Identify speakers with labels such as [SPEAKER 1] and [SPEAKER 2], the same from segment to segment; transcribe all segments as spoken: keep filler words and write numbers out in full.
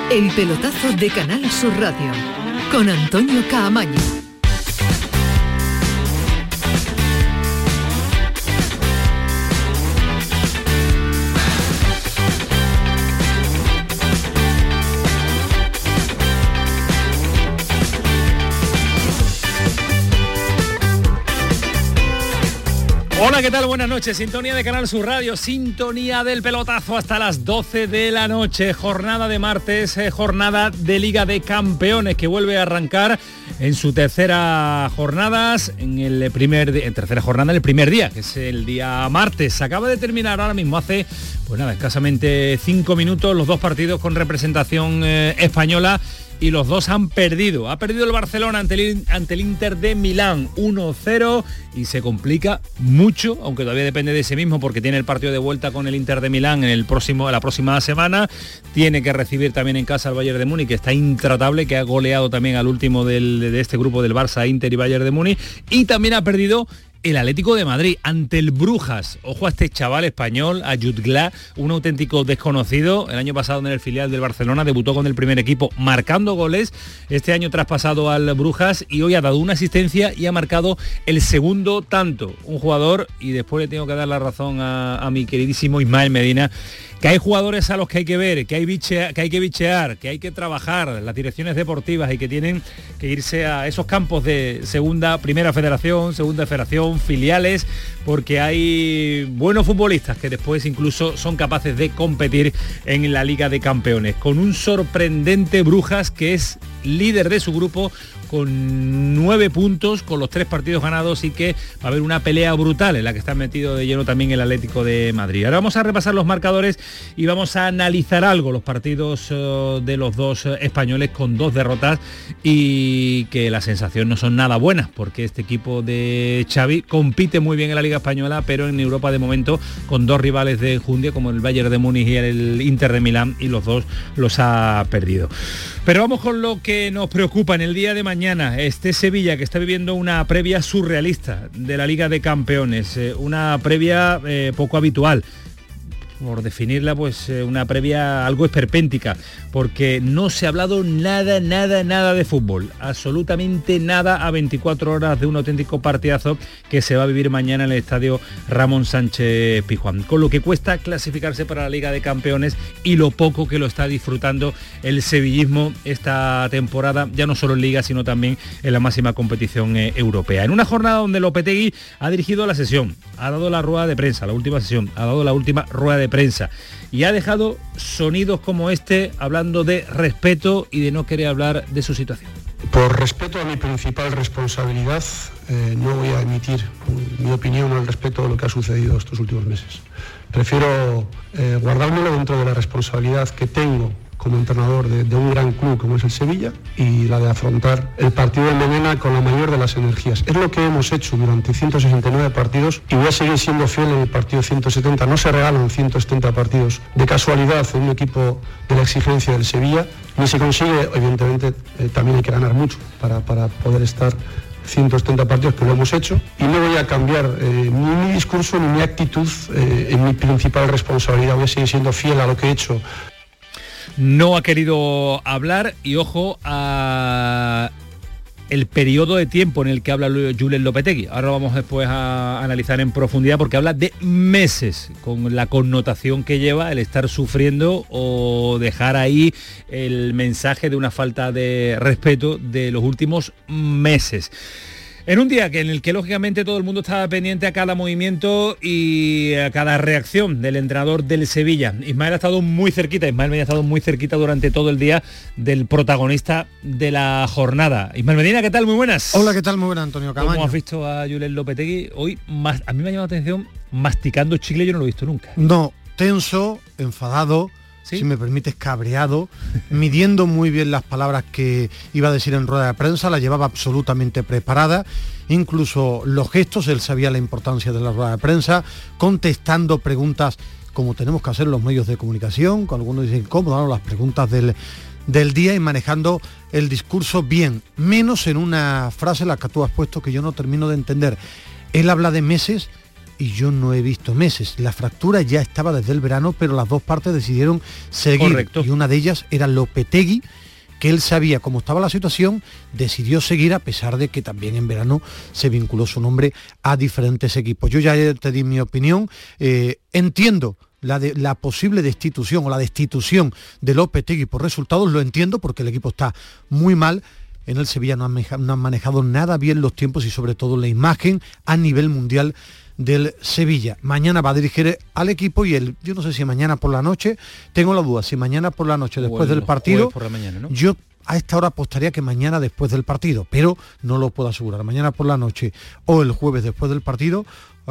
[SPEAKER 1] El pelotazo de Canal Sur Radio, con Antonio Caamaño.
[SPEAKER 2] Hola, ¿qué tal? Buenas noches. Sintonía de Canal Sur Radio, sintonía del pelotazo hasta las doce de la noche. Jornada de martes, eh, jornada de Liga de Campeones que vuelve a arrancar en su tercera jornada, en el primer en tercera jornada, el primer día, que es el día martes. Acaba de terminar ahora mismo hace, pues nada, escasamente cinco minutos los dos partidos con representación eh, española. Y los dos han perdido. Ha perdido el Barcelona ante el, ante el Inter de Milán uno cero y se complica mucho, aunque todavía depende de sí mismo porque tiene el partido de vuelta con el Inter de Milán en el próximo, la próxima semana. Tiene que recibir también en casa al Bayern de Múnich, que está intratable, que ha goleado también al último del, de este grupo del Barça, Inter y Bayern de Múnich. Y también ha perdido el Atlético de Madrid ante el Brujas. Ojo a este chaval español, a Jutgla, un auténtico desconocido. El año pasado en el filial del Barcelona debutó con el primer equipo marcando goles. Este año traspasado al Brujas y hoy ha dado una asistencia y ha marcado el segundo tanto. Un jugador, y después le tengo que dar la razón a, a mi queridísimo Ismael Medina, que hay jugadores a los que hay que ver, que hay, bichea, que hay que bichear, que hay que trabajar, las direcciones deportivas, y que tienen que irse a esos campos de segunda, primera federación, segunda federación, filiales, porque hay buenos futbolistas que después incluso son capaces de competir en la Liga de Campeones, con un sorprendente Brujas que es líder de su grupo con nueve puntos, con los tres partidos ganados, y que va a haber una pelea brutal en la que está metido de lleno también el Atlético de Madrid. Ahora vamos a repasar los marcadores y vamos a analizar algo los partidos uh, de los dos uh, españoles con dos derrotas, y que la sensación no son nada buenas, porque este equipo de Xavi compite muy bien en la Liga Española, pero en Europa de momento con dos rivales de enjundia como el Bayern de Múnich y el Inter de Milán, y los dos los ha perdido. Pero vamos con lo que nos preocupa en el día de mañana. Este Sevilla, que está viviendo una previa surrealista de la Liga de Campeones, eh, una previa eh, poco habitual, por definirla, pues eh, una previa algo esperpéntica, porque no se ha hablado nada, nada, nada de fútbol, absolutamente nada, a veinticuatro horas de un auténtico partidazo que se va a vivir mañana en el estadio Ramón Sánchez Pizjuán, con lo que cuesta clasificarse para la Liga de Campeones y lo poco que lo está disfrutando el sevillismo esta temporada, ya no solo en Liga, sino también en la máxima competición eh, europea. En una jornada donde Lopetegui ha dirigido la sesión, ha dado la rueda de prensa, la última sesión, ha dado la última rueda de prensa y ha dejado sonidos como este hablando de respeto y de no querer hablar de su situación.
[SPEAKER 3] Por respeto a mi principal responsabilidad, eh, no voy a emitir mi opinión al respecto de lo que ha sucedido estos últimos meses. Prefiero eh, guardármelo dentro de la responsabilidad que tengo como entrenador de, de un gran club como es el Sevilla, y la de afrontar el partido de mañana con la mayor de las energías. Es lo que hemos hecho durante ciento sesenta y nueve partidos y voy a seguir siendo fiel en el partido ciento setenta. No se regalan ciento setenta partidos de casualidad en un equipo de la exigencia del Sevilla, ni se consigue, evidentemente, eh, también hay que ganar mucho para, para poder estar ciento setenta partidos, que lo hemos hecho, y no voy a cambiar eh, ni mi discurso ni mi actitud eh, en mi principal responsabilidad. Voy a seguir siendo fiel a lo que he hecho.
[SPEAKER 2] No ha querido hablar, y ojo a el periodo de tiempo en el que habla Julen Lopetegui. Ahora lo vamos después a analizar en profundidad, porque habla de meses, con la connotación que lleva el estar sufriendo o dejar ahí el mensaje de una falta de respeto de los últimos meses. En un día que en el que lógicamente todo el mundo estaba pendiente a cada movimiento y a cada reacción del entrenador del Sevilla. Ismael ha estado muy cerquita, Ismael Medina ha estado muy cerquita durante todo el día del protagonista de la jornada. Ismael Medina, ¿qué tal? Muy buenas.
[SPEAKER 4] Hola, ¿qué tal? Muy buenas, Antonio Caamaño.
[SPEAKER 2] ¿Cómo has visto a Julen Lopetegui hoy? Más, a mí me ha llamado la atención masticando chicle, yo no lo he visto nunca.
[SPEAKER 4] No, tenso, enfadado, ¿sí? Si me permites, cabreado, midiendo muy bien las palabras que iba a decir en rueda de prensa, la llevaba absolutamente preparada, incluso los gestos, él sabía la importancia de la rueda de prensa, contestando preguntas como tenemos que hacer los medios de comunicación, con algunos dicen cómo, ¿no? Las preguntas del, del día, y manejando el discurso bien, menos en una frase la que tú has puesto que yo no termino de entender. Él habla de meses y yo no he visto meses. La fractura ya estaba desde el verano, pero las dos partes decidieron seguir. Correcto. Y una de ellas era Lopetegui, que él sabía cómo estaba la situación, decidió seguir a pesar de que también en verano se vinculó su nombre a diferentes equipos. Yo ya te di mi opinión, eh, entiendo la, de, la posible destitución o la destitución de Lopetegui por resultados, lo entiendo porque el equipo está muy mal. En el Sevilla no han, no han manejado nada bien los tiempos y sobre todo la imagen a nivel mundial del Sevilla. Mañana va a dirigir al equipo y él, yo no sé si mañana por la noche, tengo la duda, si mañana por la noche después del partido, por la mañana, ¿no? Yo a esta hora apostaría que mañana después del partido, pero no lo puedo asegurar. Mañana por la noche o el jueves después del partido,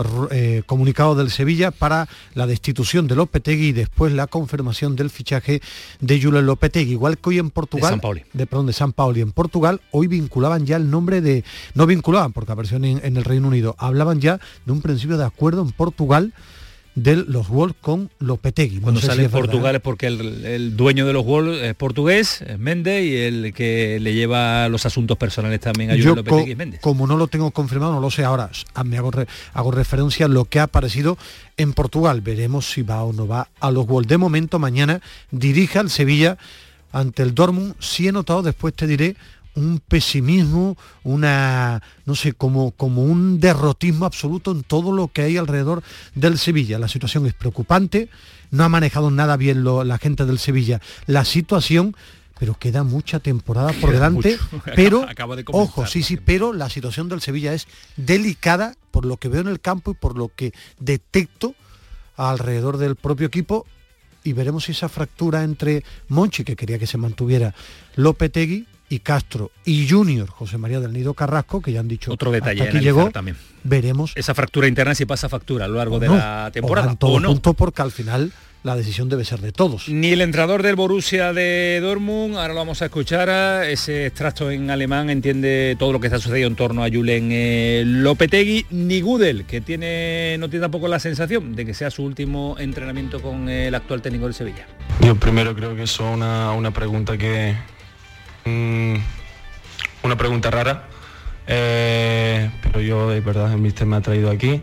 [SPEAKER 4] eh, comunicado del Sevilla para la destitución de Lopetegui y después la confirmación del fichaje de Julen Lopetegui. Igual que hoy en Portugal, de San Paoli, de, perdón, de San Paoli en Portugal, hoy vinculaban ya el nombre de, no vinculaban porque apareció en, en el Reino Unido, hablaban ya de un principio de acuerdo en Portugal de los Wolves con Lopetegui.
[SPEAKER 2] Cuando
[SPEAKER 4] no
[SPEAKER 2] sale
[SPEAKER 4] si
[SPEAKER 2] es Portugal verdad. Es porque el, el dueño de los Wolves es portugués, es Méndez, y el que le lleva los asuntos personales también a Julen Lopetegui co es Méndez.
[SPEAKER 4] Como no lo tengo confirmado, no lo sé ahora, me hago, re, hago referencia a lo que ha aparecido en Portugal. Veremos si va o no va a los Wolves. De momento, mañana dirige al Sevilla ante el Dortmund. Sí he notado, después te diré, un pesimismo, una, no sé, como, como un derrotismo absoluto en todo lo que hay alrededor del Sevilla. La situación es preocupante, no ha manejado nada bien lo, la gente del Sevilla la situación, pero queda mucha temporada por delante, pero, Acaba de ojo, sí, sí, pero la situación del Sevilla es delicada por lo que veo en el campo y por lo que detecto alrededor del propio equipo, y veremos si esa fractura entre Monchi, que quería que se mantuviera, Lopetegui, y Castro y Junior, José María del Nido Carrasco, que ya han dicho
[SPEAKER 2] otro detalle
[SPEAKER 4] hasta aquí llegó, también. Veremos
[SPEAKER 2] esa fractura interna, si pasa factura a lo largo de no, la temporada
[SPEAKER 4] o, todo o no, punto, porque al final la decisión debe ser de todos.
[SPEAKER 2] Ni el entrenador del Borussia de Dortmund, ahora lo vamos a escuchar, ese extracto en alemán entiende todo lo que está sucediendo en torno a Julen eh, Lopetegui, ni Gudel, que tiene no tiene tampoco la sensación de que sea su último entrenamiento con el actual técnico del Sevilla.
[SPEAKER 5] Yo primero creo que eso es una, una pregunta que una pregunta rara, eh, pero yo de verdad el míster me ha traído aquí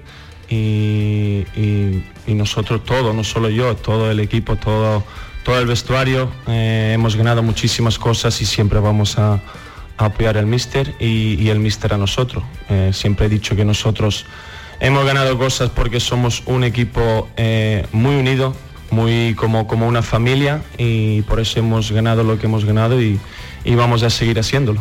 [SPEAKER 5] y, y, y nosotros todos, no solo yo, todo el equipo, todo, todo el vestuario, eh, hemos ganado muchísimas cosas y siempre vamos a, a apoyar al míster y, y el míster a nosotros. Eh, siempre he dicho que nosotros hemos ganado cosas porque somos un equipo eh, muy unido, muy como, como una familia, y por eso hemos ganado lo que hemos ganado y, y vamos a seguir haciéndolo.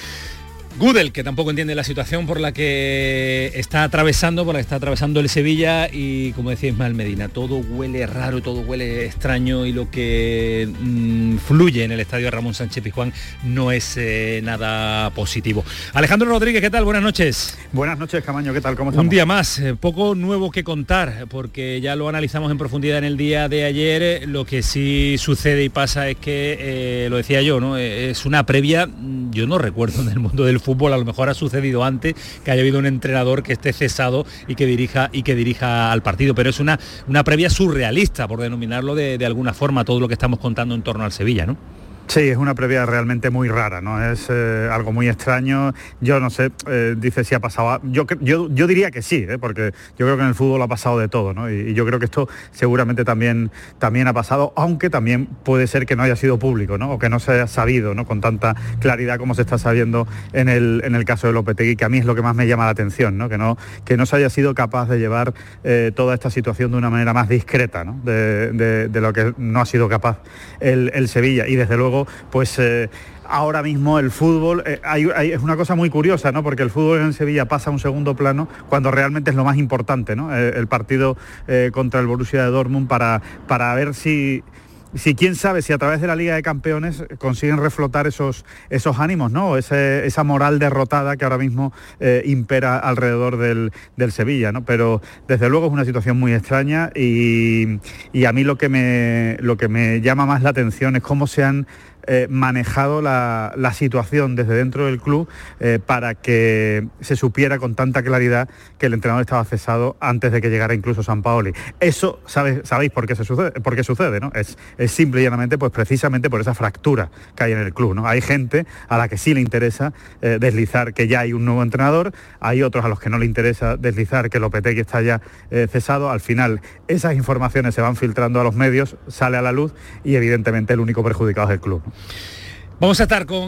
[SPEAKER 2] Gudel, que tampoco entiende la situación por la que está atravesando, por la que está atravesando el Sevilla, y como decía Ismael Medina, todo huele raro, todo huele extraño, y lo que mmm, fluye en el estadio Ramón Sánchez Pizjuán no es eh, nada positivo. Alejandro Rodríguez, ¿qué tal? Buenas noches.
[SPEAKER 6] Buenas noches, Camaño, ¿qué tal? ¿Cómo estamos?
[SPEAKER 2] Un día más, eh, poco nuevo que contar, porque ya lo analizamos en profundidad en el día de ayer. Lo que sí sucede y pasa es que, eh, lo decía yo, ¿no? Es una previa, yo no recuerdo en el mundo del fútbol, a lo mejor ha sucedido antes que haya habido un entrenador que esté cesado y que dirija y que dirija al partido, pero es una, una previa surrealista, por denominarlo de, de alguna forma, todo lo que estamos contando en torno al Sevilla, ¿no?
[SPEAKER 6] Sí, es una previa realmente muy rara, ¿no? Es eh, algo muy extraño. Yo no sé, eh, dice si ha pasado... Yo, yo, yo diría que sí, ¿eh? Porque yo creo que en el fútbol ha pasado de todo, ¿no? Y, y yo creo que esto seguramente también, también ha pasado, aunque también puede ser que no haya sido público, ¿no? O que no se haya sabido, ¿no? Con tanta claridad como se está sabiendo en el, en el caso de Lopetegui, que a mí es lo que más me llama la atención, ¿no? Que no, que no se haya sido capaz de llevar eh, toda esta situación de una manera más discreta, ¿no? De, de, de lo que no ha sido capaz el, el Sevilla. Y desde luego pues eh, ahora mismo el fútbol eh, hay, hay, es una cosa muy curiosa, ¿no? Porque el fútbol en Sevilla pasa a un segundo plano cuando realmente es lo más importante, ¿no? Eh, el partido eh, contra el Borussia de Dortmund para, para ver si... Si quién sabe si a través de la Liga de Campeones consiguen reflotar esos, esos ánimos, ¿no? Ese, esa moral derrotada que ahora mismo eh, impera alrededor del, del Sevilla, ¿no? Pero desde luego es una situación muy extraña y, y a mí lo que me, lo que me llama más la atención es cómo se han eh, manejado la, la situación desde dentro del club eh, para que se supiera con tanta claridad que el entrenador estaba cesado antes de que llegara incluso Sampaoli. Eso sabe, sabéis por qué se sucede, por qué sucede, ¿no? Es, es simple y llanamente pues precisamente por esa fractura que hay en el club, ¿no? Hay gente a la que sí le interesa eh, deslizar que ya hay un nuevo entrenador, hay otros a los que no le interesa deslizar que Lopetegui está ya eh, cesado. Al final esas informaciones se van filtrando a los medios, sale a la luz y evidentemente el único perjudicado es el club.
[SPEAKER 2] Vamos a estar con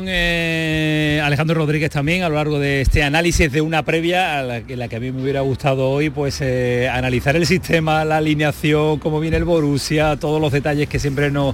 [SPEAKER 2] eh, Alejandro Rodríguez también a lo largo de este análisis de una previa a la, en la que a mí me hubiera gustado hoy pues eh, analizar el sistema, la alineación, cómo viene el Borussia, todos los detalles que siempre nos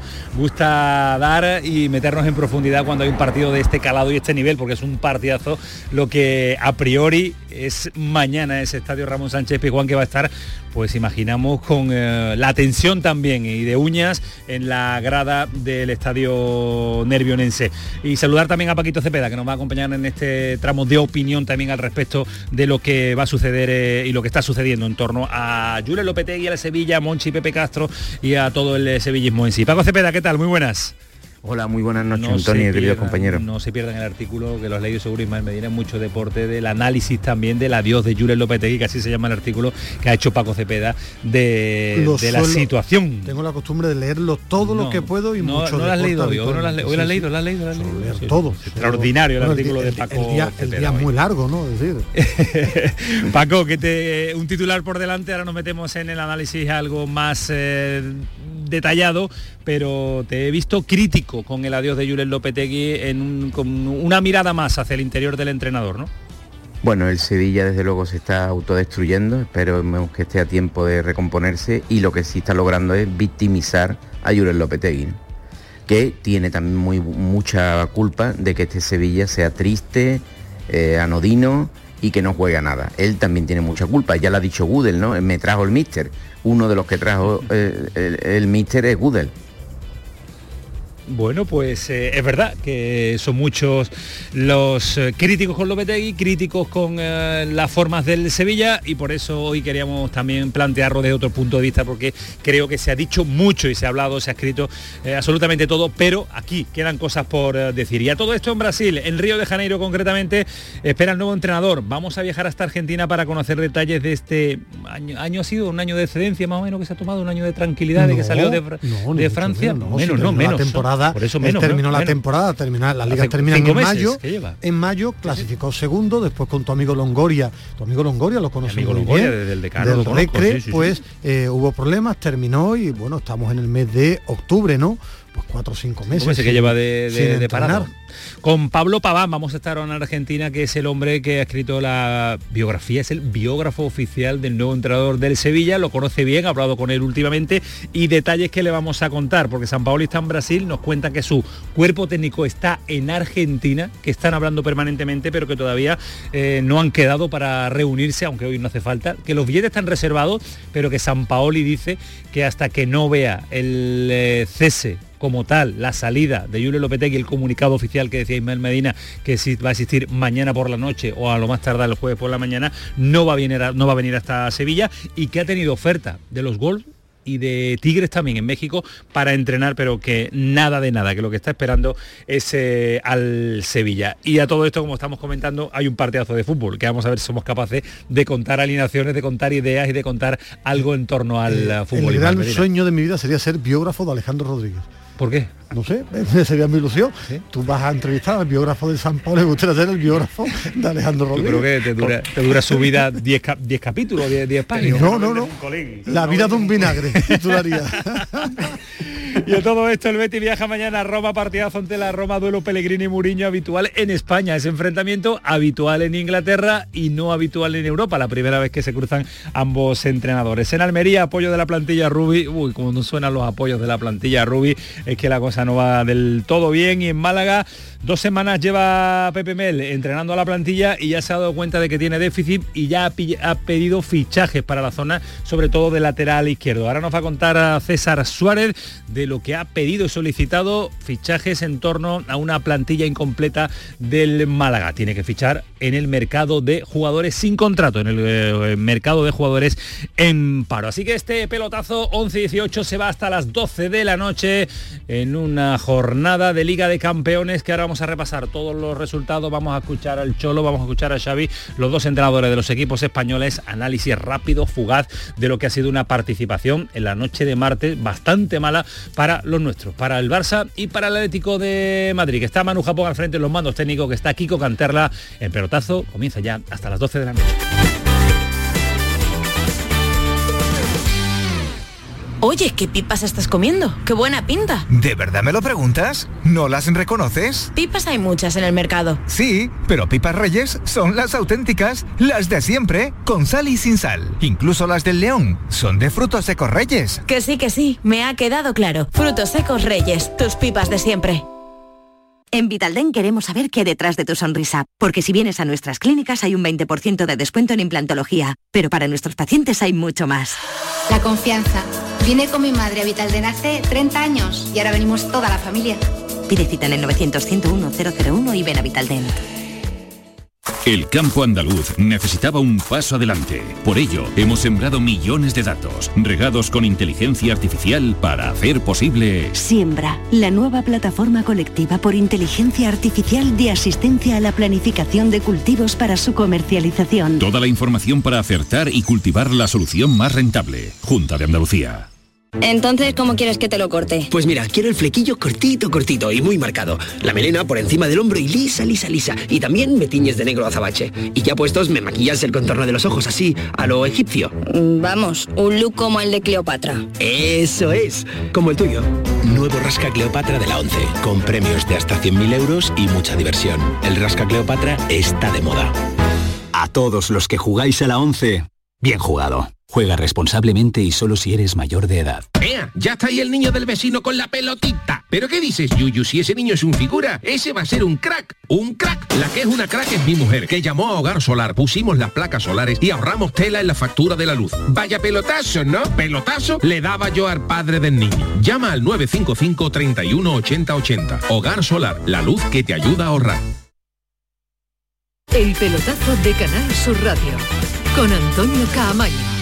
[SPEAKER 2] gusta dar y meternos en profundidad cuando hay un partido de este calado y este nivel, porque es un partidazo lo que a priori es mañana ese estadio Ramón Sánchez Pizjuán, que va a estar, pues imaginamos, con eh, la tensión también y de uñas en la grada del estadio nervionense. Y saludar también a Paquito Cepeda, que nos va a acompañar en este tramo de opinión también al respecto de lo que va a suceder eh, y lo que está sucediendo en torno a Julen Lopetegui, a la Sevilla, a Monchi, Pepe Castro y a todo el sevillismo en sí. Paco Cepeda, ¿qué tal? Muy buenas.
[SPEAKER 7] Hola, muy buenas noches, no Antonio, queridos compañeros.
[SPEAKER 2] No se pierdan el artículo, que lo has leído seguro, Ismael Medina, mucho deporte, del análisis también del adiós de Julen Lopetegui, que así se llama el artículo que ha hecho Paco Cepeda de, de la situación.
[SPEAKER 4] Tengo la costumbre de leerlo todo no, lo que puedo y
[SPEAKER 2] no,
[SPEAKER 4] mucho.
[SPEAKER 2] No lo has leído hoy, hoy no lo has, hoy lo has leído, lo has leído, lo has leído.
[SPEAKER 4] Leer sí, todo.
[SPEAKER 2] Sí, extraordinario el, el artículo
[SPEAKER 4] el,
[SPEAKER 2] de Paco
[SPEAKER 4] el día,
[SPEAKER 2] Cepeda.
[SPEAKER 4] El día es muy largo, ¿no? Es decir.
[SPEAKER 2] Paco, que te un titular por delante, ahora nos metemos en el análisis algo más eh, detallado, pero te he visto crítico con el adiós de Julen Lopetegui, en un, con una mirada más hacia el interior del entrenador, ¿no?
[SPEAKER 7] Bueno, el Sevilla desde luego se está autodestruyendo, esperemos que esté a tiempo de recomponerse, y lo que sí está logrando es victimizar a Julen Lopetegui, ¿no? Que tiene también muy, mucha culpa de que este Sevilla sea triste, eh, anodino y que no juega nada. Él también tiene mucha culpa, ya lo ha dicho Gudel, ¿no? Me trajo el míster, uno de los que trajo eh, el, el míster es Gudel.
[SPEAKER 2] Bueno, pues eh, es verdad que son muchos los eh, críticos con Lopetegui, críticos con eh, las formas del Sevilla, y por eso hoy queríamos también plantearlo desde otro punto de vista, porque creo que se ha dicho mucho y se ha hablado, se ha escrito eh, absolutamente todo, pero aquí quedan cosas por eh, decir. Y a todo esto en Brasil, en Río de Janeiro concretamente, espera el nuevo entrenador. Vamos a viajar hasta Argentina para conocer detalles de este año. ¿Año ha sido un año de excedencia más o menos que se ha tomado, un año de tranquilidad, no, de que salió de,
[SPEAKER 4] no,
[SPEAKER 2] de Francia?
[SPEAKER 4] Menos, no,
[SPEAKER 2] menos,
[SPEAKER 4] si
[SPEAKER 2] no, menos.
[SPEAKER 4] La temporada,
[SPEAKER 2] por eso menos,
[SPEAKER 4] él terminó
[SPEAKER 2] menos,
[SPEAKER 4] la
[SPEAKER 2] menos.
[SPEAKER 4] temporada, termina, las ligas terminan en mayo, en mayo clasificó segundo, después con tu amigo Longoria, tu amigo Longoria lo conoce muy
[SPEAKER 2] Longoria,
[SPEAKER 4] bien,
[SPEAKER 2] del decano,
[SPEAKER 4] del Recre, sí, sí, pues
[SPEAKER 2] sí.
[SPEAKER 4] Eh, hubo problemas, terminó y bueno, estamos en el mes de octubre, ¿no? Pues cuatro o cinco meses.
[SPEAKER 2] Meses que lleva de, de, de parada. Con Pablo Paván vamos a estar en Argentina, que es el hombre que ha escrito la biografía, es el biógrafo oficial del nuevo entrenador del Sevilla, lo conoce bien, ha hablado con él últimamente, y detalles que le vamos a contar, porque Sampaoli está en Brasil, nos cuenta que su cuerpo técnico está en Argentina, que están hablando permanentemente, pero que todavía eh, no han quedado para reunirse, aunque hoy no hace falta, que los billetes están reservados, pero que Sampaoli dice que hasta que no vea el eh, cese como tal, la salida de Julen Lopetegui, el comunicado oficial que decía Ismael Medina, que si va a existir mañana por la noche o a lo más tardar el jueves por la mañana, no va a venir, a, no va a venir hasta Sevilla, y que ha tenido oferta de los Wolves y de Tigres también en México para entrenar, pero que nada de nada, que lo que está esperando es eh, al Sevilla. Y a todo esto, como estamos comentando, hay un partidazo de fútbol, que vamos a ver si somos capaces de contar alineaciones, de contar ideas y de contar algo en torno al eh, fútbol.
[SPEAKER 4] El gran sueño de mi vida sería ser biógrafo de Alejandro Rodríguez.
[SPEAKER 2] ¿Por qué?
[SPEAKER 4] No sé, sería mi ilusión. ¿Sí? Tú vas a entrevistar al biógrafo de Sampaoli, me gustaría ser el biógrafo de Alejandro Rodríguez.
[SPEAKER 2] Yo creo que te dura, te dura su vida diez capítulos, diez páginas.
[SPEAKER 4] No, no, no. La vida de un vinagre, titularía.
[SPEAKER 2] Y a todo esto, el Betis viaja mañana a Roma, partidazo ante la Roma, duelo Pellegrini-Mourinho habitual en España, ese enfrentamiento habitual en Inglaterra y no habitual en Europa, la primera vez que se cruzan ambos entrenadores. En Almería, apoyo de la plantilla Rubi, uy, como no suenan los apoyos de la plantilla Rubi, es que la cosa no va del todo bien. Y en Málaga, dos semanas lleva Pepe Mel entrenando a la plantilla y ya se ha dado cuenta de que tiene déficit y ya ha, ha pedido fichajes para la zona, sobre todo de lateral izquierdo. Ahora nos va a contar a César Suárez de lo lo que ha pedido y solicitado fichajes en torno a una plantilla incompleta del Málaga. Tiene que fichar en el mercado de jugadores sin contrato, en el eh, mercado de jugadores en paro. Así que este pelotazo once dieciocho se va hasta las doce de la noche en una jornada de Liga de Campeones, que ahora vamos a repasar todos los resultados. Vamos a escuchar al Cholo, vamos a escuchar a Xavi, los dos entrenadores de los equipos españoles, análisis rápido, fugaz de lo que ha sido una participación en la noche de martes bastante mala para los nuestros, para el Barça y para el Atlético de Madrid, que está Manu Japón al frente de los mandos técnicos, que está Kiko Canterla. El pelotazo comienza ya hasta las doce de la noche.
[SPEAKER 8] Oye, ¿qué pipas estás comiendo? ¡Qué buena pinta!
[SPEAKER 9] ¿De verdad me lo preguntas? ¿No las reconoces?
[SPEAKER 8] Pipas hay muchas en el mercado.
[SPEAKER 9] Sí, pero Pipas Reyes son las auténticas, las de siempre, con sal y sin sal. Incluso las del León son de frutos secos Reyes.
[SPEAKER 8] Que sí, que sí, me ha quedado claro. Frutos secos Reyes, tus pipas de siempre.
[SPEAKER 10] En Vitaldent queremos saber qué hay detrás de tu sonrisa, porque si vienes a nuestras clínicas hay un veinte por ciento de descuento en implantología, pero para nuestros pacientes hay mucho más.
[SPEAKER 11] La confianza. Vine con mi madre a Vitaldent hace treinta años y ahora venimos toda la familia.
[SPEAKER 10] Pide cita en el novecientos, ciento uno, cero cero uno y ven a Vitaldent.
[SPEAKER 12] El campo andaluz necesitaba un paso adelante. Por ello, hemos sembrado millones de datos, regados con inteligencia artificial para hacer posible...
[SPEAKER 13] Siembra, la nueva plataforma colectiva por inteligencia artificial de asistencia a la planificación de cultivos para su comercialización.
[SPEAKER 12] Toda la información para acertar y cultivar la solución más rentable. Junta de Andalucía.
[SPEAKER 14] Entonces, ¿cómo quieres que te lo corte?
[SPEAKER 15] Pues mira, quiero el flequillo cortito, cortito y muy marcado. La melena por encima del hombro y lisa, lisa, lisa. Y también me tiñes de negro azabache. Y ya puestos, me maquillas el contorno de los ojos así, a lo egipcio.
[SPEAKER 14] Vamos, un look como el de Cleopatra.
[SPEAKER 15] Eso es, como el tuyo. Nuevo Rasca Cleopatra de la once, con premios de hasta cien mil euros y mucha diversión. El Rasca Cleopatra está de moda.
[SPEAKER 16] A todos los que jugáis a la once, bien jugado. Juega responsablemente y solo si eres mayor de edad.
[SPEAKER 17] ¡Ea! Ya está ahí el niño del vecino con la pelotita. ¿Pero qué dices, Yuyu? Si ese niño es un figura, ese va a ser un crack. ¡Un crack! La que es una crack es mi mujer, que llamó a Hogar Solar, pusimos las placas solares y ahorramos tela en la factura de la luz. Vaya pelotazo, ¿no? Pelotazo le daba yo al padre del niño. Llama al nueve cinco cinco, treinta y uno, ochenta ochenta. Hogar Solar, la luz que te ayuda a ahorrar.
[SPEAKER 1] El pelotazo de Canal Sur Radio, con Antonio Caamaño.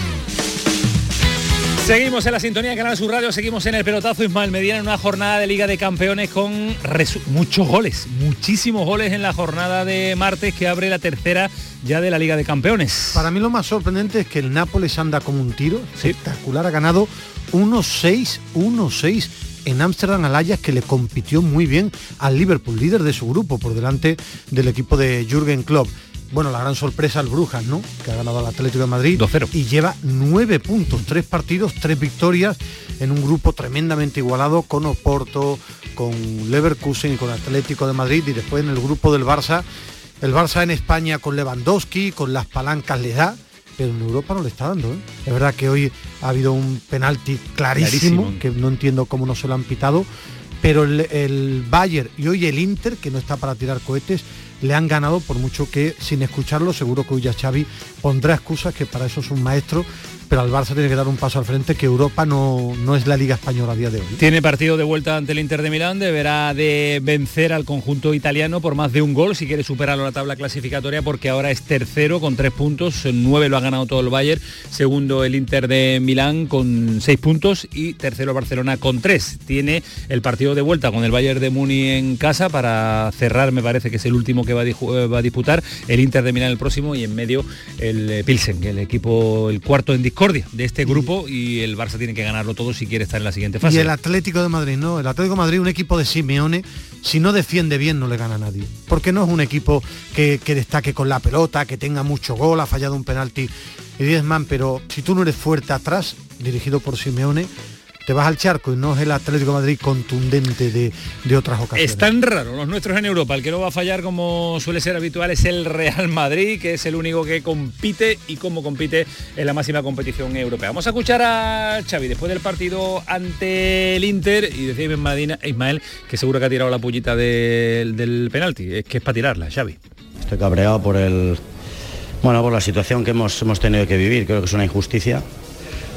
[SPEAKER 2] Seguimos en la sintonía de Canal Sur Radio, seguimos en el pelotazo. Ismael Medina en una jornada de Liga de Campeones con muchos goles, muchísimos goles en la jornada de martes que abre la tercera ya de la Liga de Campeones.
[SPEAKER 4] Para mí lo más sorprendente es que el Nápoles anda como un tiro, sí. Espectacular, ha ganado uno seis, uno seis en Ámsterdam al Ajax, que le compitió muy bien al Liverpool, líder de su grupo, por delante del equipo de Jürgen Klopp. Bueno, la gran sorpresa el Brujas, ¿no? Que ha ganado al Atlético de Madrid
[SPEAKER 2] dos cero.
[SPEAKER 4] Y lleva nueve puntos, tres partidos, tres victorias en un grupo tremendamente igualado con Oporto, con Leverkusen y con Atlético de Madrid. Y después en el grupo del Barça, el Barça en España con Lewandowski, con las palancas le da, pero en Europa no le está dando, ¿eh? Es verdad que hoy ha habido un penalti clarísimo, clarísimo. que no entiendo cómo no se lo han pitado, pero el, el Bayern y hoy el Inter, que no está para tirar cohetes, le han ganado, por mucho que sin escucharlo seguro que hoy ya Xavi pondrá excusas, que para eso es un maestro, pero al Barça tiene que dar un paso al frente, que Europa no, no es la Liga Española a día de hoy.
[SPEAKER 2] Tiene partido de vuelta ante el Inter de Milán, deberá de vencer al conjunto italiano por más de un gol si quiere superarlo en la tabla clasificatoria, porque ahora es tercero con tres puntos, nueve lo ha ganado todo el Bayern, segundo el Inter de Milán con seis puntos y tercero Barcelona con tres. Tiene el partido de vuelta con el Bayern de Múnich en casa para cerrar, me parece que es el último que va a, va a disputar, el Inter de Milán el próximo y en medio el Pilsen, el equipo, el cuarto en discordia de este grupo, y el Barça tiene que ganarlo todo si quiere estar en la siguiente fase.
[SPEAKER 4] Y el Atlético de Madrid, ¿no? El Atlético de Madrid, un equipo de Simeone, si no defiende bien no le gana a nadie, porque no es un equipo que, que destaque con la pelota, que tenga mucho gol, ha fallado un penalti y diez man, pero si tú no eres fuerte atrás, dirigido por Simeone, te vas al charco, y no es el Atlético de Madrid contundente de, de otras ocasiones.
[SPEAKER 2] Es tan raro los nuestros en Europa, el que no va a fallar como suele ser habitual es el Real Madrid, que es el único que compite y cómo compite en la máxima competición europea. Vamos a escuchar a Xavi después del partido ante el Inter y decía Medina, Ismael, que seguro que ha tirado la pullita del, del penalti, es que es para tirarla, Xavi.
[SPEAKER 18] Estoy cabreado por el, bueno, por la situación que hemos, hemos tenido que vivir, creo que es una injusticia.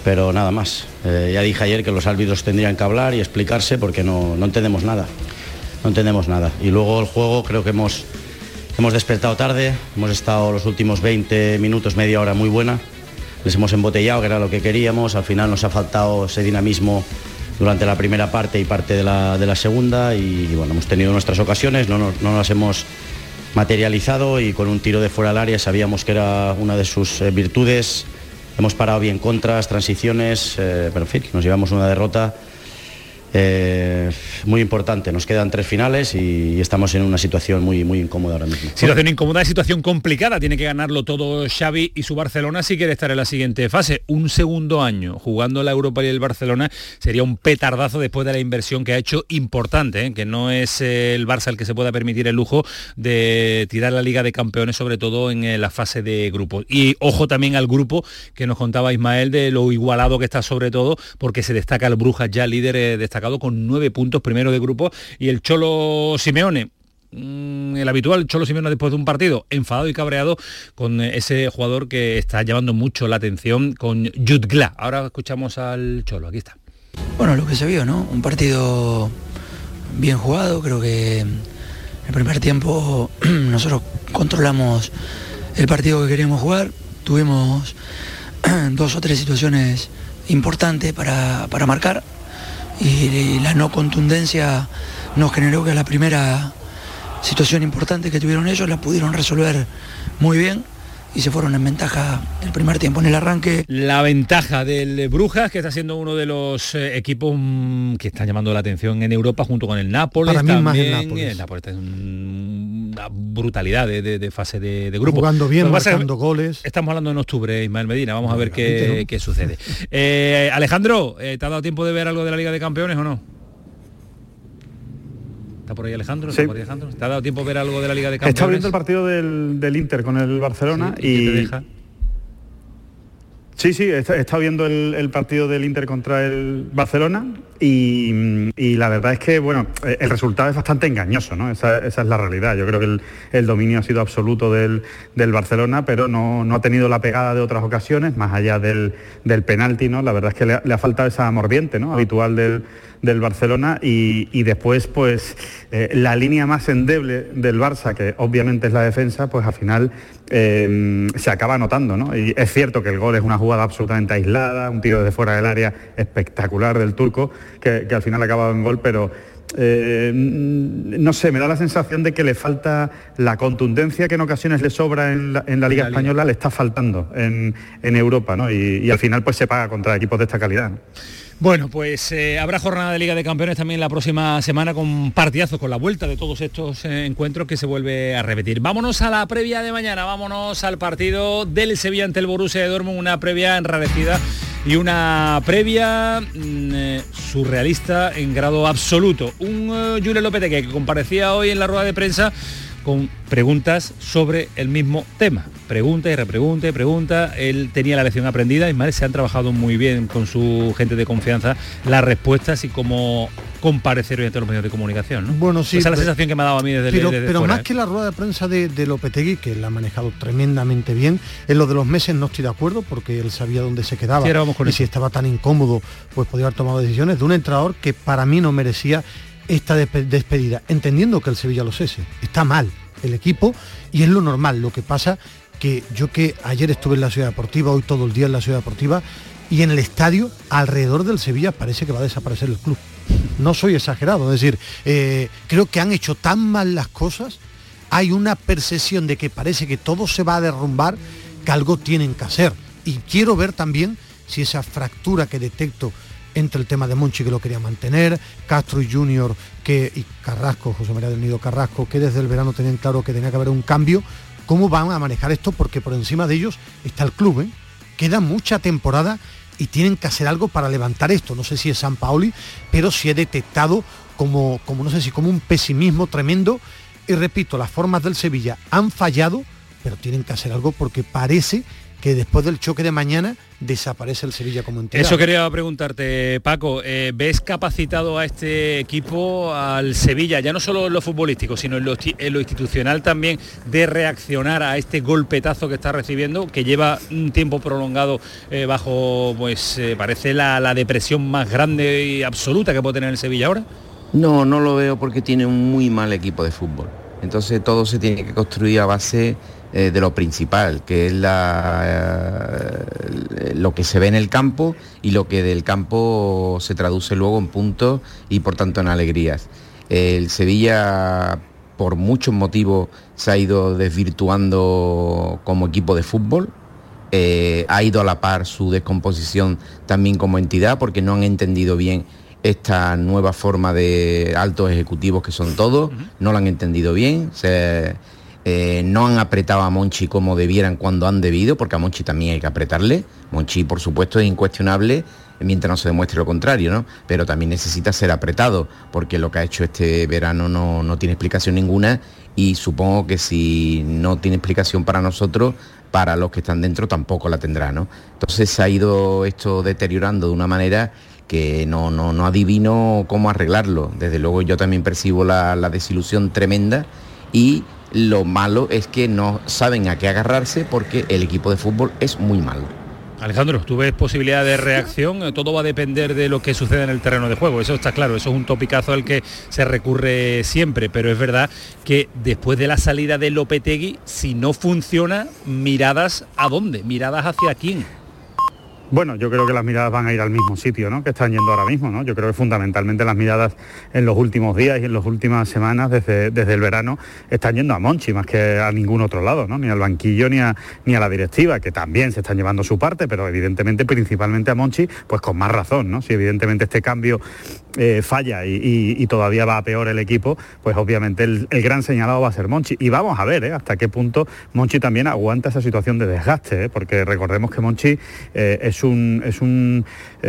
[SPEAKER 18] pero nada más. Eh, ya dije ayer que los árbitros tendrían que hablar y explicarse porque no, no entendemos nada, no entendemos nada. Y luego el juego creo que hemos, hemos despertado tarde, hemos estado los últimos veinte minutos, media hora muy buena, les hemos embotellado, que era lo que queríamos, al final nos ha faltado ese dinamismo durante la primera parte y parte de la, de la segunda y, y bueno, hemos tenido nuestras ocasiones, no, no, no las hemos materializado y con un tiro de fuera del área sabíamos que era una de sus eh, virtudes. Hemos parado bien contras, transiciones, eh, pero en fin, nos llevamos una derrota eh, muy importante. Nos quedan tres finales y, y estamos en una situación muy, muy incómoda ahora mismo.
[SPEAKER 2] Situación incómoda, situación complicada. Tiene que ganarlo todo Xavi y su Barcelona si quiere estar en la siguiente fase. Un segundo año jugando la Europa y el Barcelona sería un petardazo después de la inversión que ha hecho importante, ¿eh? Que no es eh, el Barça el que se pueda permitir el lujo de tirar la Liga de Campeones, sobre todo en eh, la fase de grupos. Y ojo también al grupo que nos contaba Ismael de lo igualado que está, sobre todo porque se destaca el Brujas, ya líder eh, destacado con nueve puntos primero de grupo, y el Cholo Simeone, mmm, el habitual Cholo Simeone después de un partido enfadado y cabreado con ese jugador que está llamando mucho la atención, con Jutgla. Ahora escuchamos al Cholo, aquí está.
[SPEAKER 19] Bueno, lo que se vio, ¿no? Un partido bien jugado, creo que en el primer tiempo nosotros controlamos el partido que queríamos jugar, tuvimos dos o tres situaciones importantes para, para marcar, y la no contundencia nos generó que la primera situación importante que tuvieron ellos la pudieron resolver muy bien y se fueron en ventaja el primer tiempo. En el arranque,
[SPEAKER 2] la ventaja del Brujas, que está siendo uno de los eh, equipos mmm, que están llamando la atención en Europa, junto con el Nápoles.
[SPEAKER 4] Para mí
[SPEAKER 2] también,
[SPEAKER 4] más el Nápoles.
[SPEAKER 2] El Nápoles está en un, una brutalidad de, de, de fase de, de grupo.
[SPEAKER 4] Jugando bien,
[SPEAKER 2] marcando
[SPEAKER 4] goles.
[SPEAKER 2] Estamos hablando en octubre, Ismael Medina, vamos no, a ver qué, no. qué sucede. Eh, Alejandro, eh, ¿te ha dado tiempo de ver algo de la Liga de Campeones o no? ¿Está por ahí Alejandro? ¿Está
[SPEAKER 6] sí.
[SPEAKER 2] por ahí Alejandro? ¿Te ha dado tiempo de ver algo de la Liga de Campeones?
[SPEAKER 6] Está viendo el partido del, del Inter con el Barcelona.
[SPEAKER 2] Sí,
[SPEAKER 6] y...
[SPEAKER 2] ¿y qué te deja?
[SPEAKER 6] Sí, sí, he estado viendo el, el partido del Inter contra el Barcelona y, y la verdad es que, bueno, el resultado es bastante engañoso, ¿no? Esa, esa es la realidad. Yo creo que el, el dominio ha sido absoluto del, del Barcelona, pero no, no ha tenido la pegada de otras ocasiones, más allá del, del penalti, ¿no? La verdad es que le, le ha faltado esa mordiente, ¿no? Habitual del, del Barcelona y, y después, pues, eh, la línea más endeble del Barça, que obviamente es la defensa, pues al final eh, se acaba notando, ¿no? Y es cierto que el gol es una jugada absolutamente aislada, un tiro desde fuera del área espectacular del turco, que, que al final ha acabado en gol, pero eh, no sé, me da la sensación de que le falta la contundencia que en ocasiones le sobra en la, en la Liga Española, le está faltando en, en Europa, ¿no? Y, y al final pues se paga contra equipos de esta calidad, ¿no?
[SPEAKER 2] Bueno, pues eh, habrá jornada de Liga de Campeones también la próxima semana, con partidazos, con la vuelta de todos estos eh, encuentros que se vuelve a repetir. Vámonos a la previa de mañana, vámonos al partido del Sevilla ante el Borussia de Dortmund, una previa enrarecida y una previa mmm, eh, surrealista en grado absoluto. Un uh, Julen Lopetegui que comparecía hoy en la rueda de prensa con preguntas sobre el mismo tema. Pregunta y repregunta y pregunta. Él tenía la lección aprendida. Ismael, se han trabajado muy bien con su gente de confianza las respuestas y cómo comparecer hoy ante los medios de comunicación, ¿no?
[SPEAKER 4] Bueno, sí.
[SPEAKER 2] Esa es la sensación que me ha dado a mí desde,
[SPEAKER 4] pero,
[SPEAKER 2] desde
[SPEAKER 4] pero
[SPEAKER 2] fuera,
[SPEAKER 4] más
[SPEAKER 2] ¿eh?
[SPEAKER 4] que la rueda de prensa de, de Lopetegui, que la ha manejado tremendamente bien, en lo de los meses no estoy de acuerdo, porque él sabía dónde se quedaba.
[SPEAKER 2] Sí, vamos con
[SPEAKER 4] y
[SPEAKER 2] eso.
[SPEAKER 4] Si estaba tan incómodo, pues podía haber tomado decisiones de un entrenador que para mí no merecía esta despedida, entendiendo que el Sevilla lo cese. Está mal el equipo y es lo normal. Lo que pasa que yo, que ayer estuve en la Ciudad Deportiva, hoy todo el día en la Ciudad Deportiva, y en el estadio alrededor del Sevilla parece que va a desaparecer el club. No soy exagerado, es decir, eh, creo que han hecho tan mal las cosas, hay una percepción de que parece que todo se va a derrumbar, que algo tienen que hacer. Y quiero ver también si esa fractura que detecto entre el tema de Monchi, que lo quería mantener, Castro y Junior que, y Carrasco, José María del Nido Carrasco, que desde el verano tenían claro que tenía que haber un cambio, ¿cómo van a manejar esto? Porque por encima de ellos está el club, ¿eh? Queda mucha temporada y tienen que hacer algo para levantar esto. No sé si es San Paoli, pero sí he detectado como, como no sé si como un pesimismo tremendo. Y repito, las formas del Sevilla han fallado, pero tienen que hacer algo porque parece que después del choque de mañana desaparece el Sevilla como entidad.
[SPEAKER 2] Eso quería preguntarte, Paco, eh, ¿ves capacitado a este equipo, al Sevilla, ya no solo en lo futbolístico, sino en lo, en lo institucional también, de reaccionar a este golpetazo que está recibiendo, que lleva un tiempo prolongado eh, bajo, pues eh, parece la, la depresión más grande y absoluta que puede tener el Sevilla ahora?
[SPEAKER 7] No, no lo veo porque tiene un muy mal equipo de fútbol. Entonces todo se tiene que construir a base eh, de lo principal, que es la, eh, lo que se ve en el campo y lo que del campo se traduce luego en puntos y por tanto en alegrías. El Sevilla, por muchos motivos, se ha ido desvirtuando como equipo de fútbol. Eh, ha ido a la par su descomposición también como entidad, porque no han entendido bien esta nueva forma de altos ejecutivos que son todos, no lo han entendido bien, se, eh, no han apretado a Monchi como debieran cuando han debido, porque a Monchi también hay que apretarle. Monchi, por supuesto, es incuestionable mientras no se demuestre lo contrario, ¿no? Pero también necesita ser apretado, porque lo que ha hecho este verano no, no tiene explicación ninguna, y supongo que si no tiene explicación para nosotros, para los que están dentro tampoco la tendrá, ¿no? Entonces se ha ido esto deteriorando de una manera que no, no, no adivino cómo arreglarlo. Desde luego yo también percibo la, la desilusión tremenda, y lo malo es que no saben a qué agarrarse porque el equipo de fútbol es muy malo.
[SPEAKER 2] Alejandro, ¿tú ves posibilidad de reacción? Todo va a depender de lo que suceda en el terreno de juego, eso está claro, eso es un topicazo al que se recurre siempre, pero es verdad que después de la salida de Lopetegui, si no funciona, miradas ¿a dónde? ¿Miradas hacia quién?
[SPEAKER 6] Bueno, yo creo que las miradas van a ir al mismo sitio, ¿no?, que están yendo ahora mismo, ¿no? Yo creo que fundamentalmente las miradas en los últimos días y en las últimas semanas, desde, desde el verano, están yendo a Monchi más que a ningún otro lado, ¿no? Ni al banquillo ni a, ni a la directiva, que también se están llevando su parte, pero evidentemente principalmente a Monchi, pues con más razón, ¿no? Si evidentemente este cambio eh, falla y, y, y todavía va a peor el equipo, pues obviamente el, el gran señalado va a ser Monchi. Y vamos a ver, ¿eh?, hasta qué punto Monchi también aguanta esa situación de desgaste, ¿eh? Porque recordemos que Monchi eh, es un, es un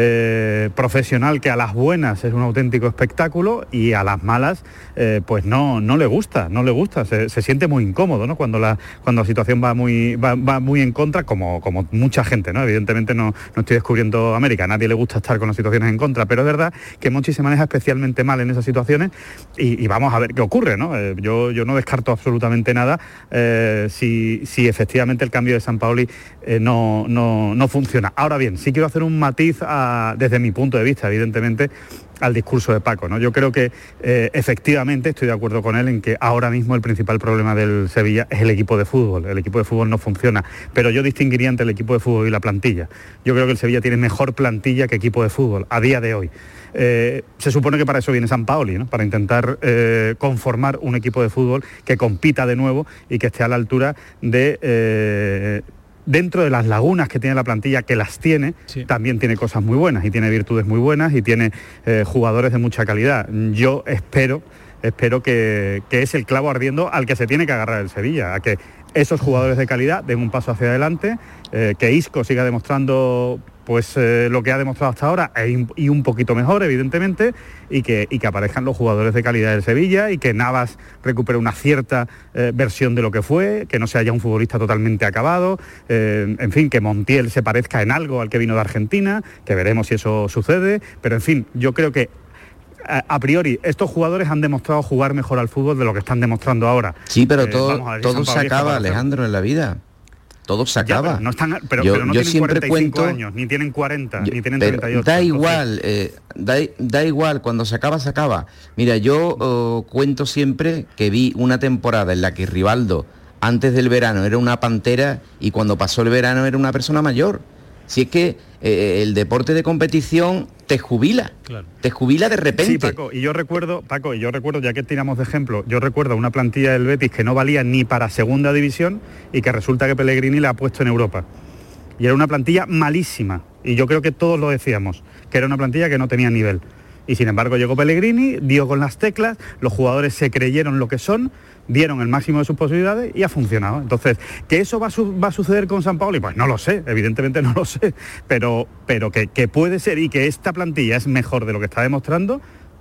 [SPEAKER 6] eh, profesional que a las buenas es un auténtico espectáculo, y a las malas eh, pues no, no le gusta, no le gusta, se, se siente muy incómodo, ¿no?, cuando la, cuando la situación va muy, va, va muy en contra, como, como mucha gente, ¿no? Evidentemente no, no estoy descubriendo América, a nadie le gusta estar con las situaciones en contra, pero es verdad que Monchi se maneja especialmente mal en esas situaciones, y, y vamos a ver qué ocurre, ¿no? Eh, yo, yo no descarto absolutamente nada eh, si, si efectivamente el cambio de Sampaoli eh, no, no, no funciona. Ahora bien, sí quiero hacer un matiz a, desde mi punto de vista, evidentemente, al discurso de Paco, ¿no? Yo creo que eh, efectivamente estoy de acuerdo con él en que ahora mismo el principal problema del Sevilla es el equipo de fútbol. El equipo de fútbol no funciona, pero yo distinguiría entre el equipo de fútbol y la plantilla. Yo creo que el Sevilla tiene mejor plantilla que equipo de fútbol a día de hoy. Eh, se supone que para eso viene Sampaoli, ¿no?, para intentar eh, conformar un equipo de fútbol que compita de nuevo y que esté a la altura de... Eh, dentro de las lagunas que tiene la plantilla, que las tiene, sí, también tiene cosas muy buenas y tiene virtudes muy buenas y tiene eh, jugadores de mucha calidad. Yo espero, espero que, que es el clavo ardiendo al que se tiene que agarrar el Sevilla, a que esos jugadores de calidad den un paso hacia adelante, eh, que Isco siga demostrando pues eh, lo que ha demostrado hasta ahora e, y un poquito mejor, evidentemente, y que, y que aparezcan los jugadores de calidad del Sevilla, y que Navas recupere una cierta eh, versión de lo que fue, que no sea ya un futbolista totalmente acabado, eh, en fin, que Montiel se parezca en algo al que vino de Argentina, que veremos si eso sucede, pero en fin, yo creo que a, a priori estos jugadores han demostrado jugar mejor al fútbol de lo que están demostrando ahora.
[SPEAKER 7] Sí, pero eh, todo, todo se acaba, Alejandro, en la vida. Todo se acaba.
[SPEAKER 6] Ya, pero no, están, pero,
[SPEAKER 7] yo,
[SPEAKER 6] pero no
[SPEAKER 7] yo
[SPEAKER 6] tienen
[SPEAKER 7] siempre
[SPEAKER 6] cuarenta y cinco
[SPEAKER 7] cuento,
[SPEAKER 6] años, ni tienen cuarenta,
[SPEAKER 7] yo,
[SPEAKER 6] ni tienen treinta y ocho.
[SPEAKER 7] Da igual, eh, da, da igual, cuando se acaba, se acaba. Mira, yo oh, cuento siempre que vi una temporada en la que Rivaldo, antes del verano, era una pantera, y cuando pasó el verano era una persona mayor. Si es que eh, el deporte de competición te jubila, claro. te jubila de repente.
[SPEAKER 6] Sí, Paco, y yo recuerdo, Paco, y yo recuerdo, ya que tiramos de ejemplo, yo recuerdo una plantilla del Betis que no valía ni para segunda división y que resulta que Pellegrini la ha puesto en Europa. Y era una plantilla malísima, y yo creo que todos lo decíamos, que era una plantilla que no tenía nivel. Y sin embargo llegó Pellegrini, dio con las teclas, los jugadores se creyeron lo que son, dieron el máximo de sus posibilidades y ha funcionado. Entonces, ¿que eso va a, su- va a suceder con Sampaoli? Pues no lo sé, evidentemente no lo sé, pero, pero que, que puede ser, y que esta plantilla es mejor de lo que está demostrando,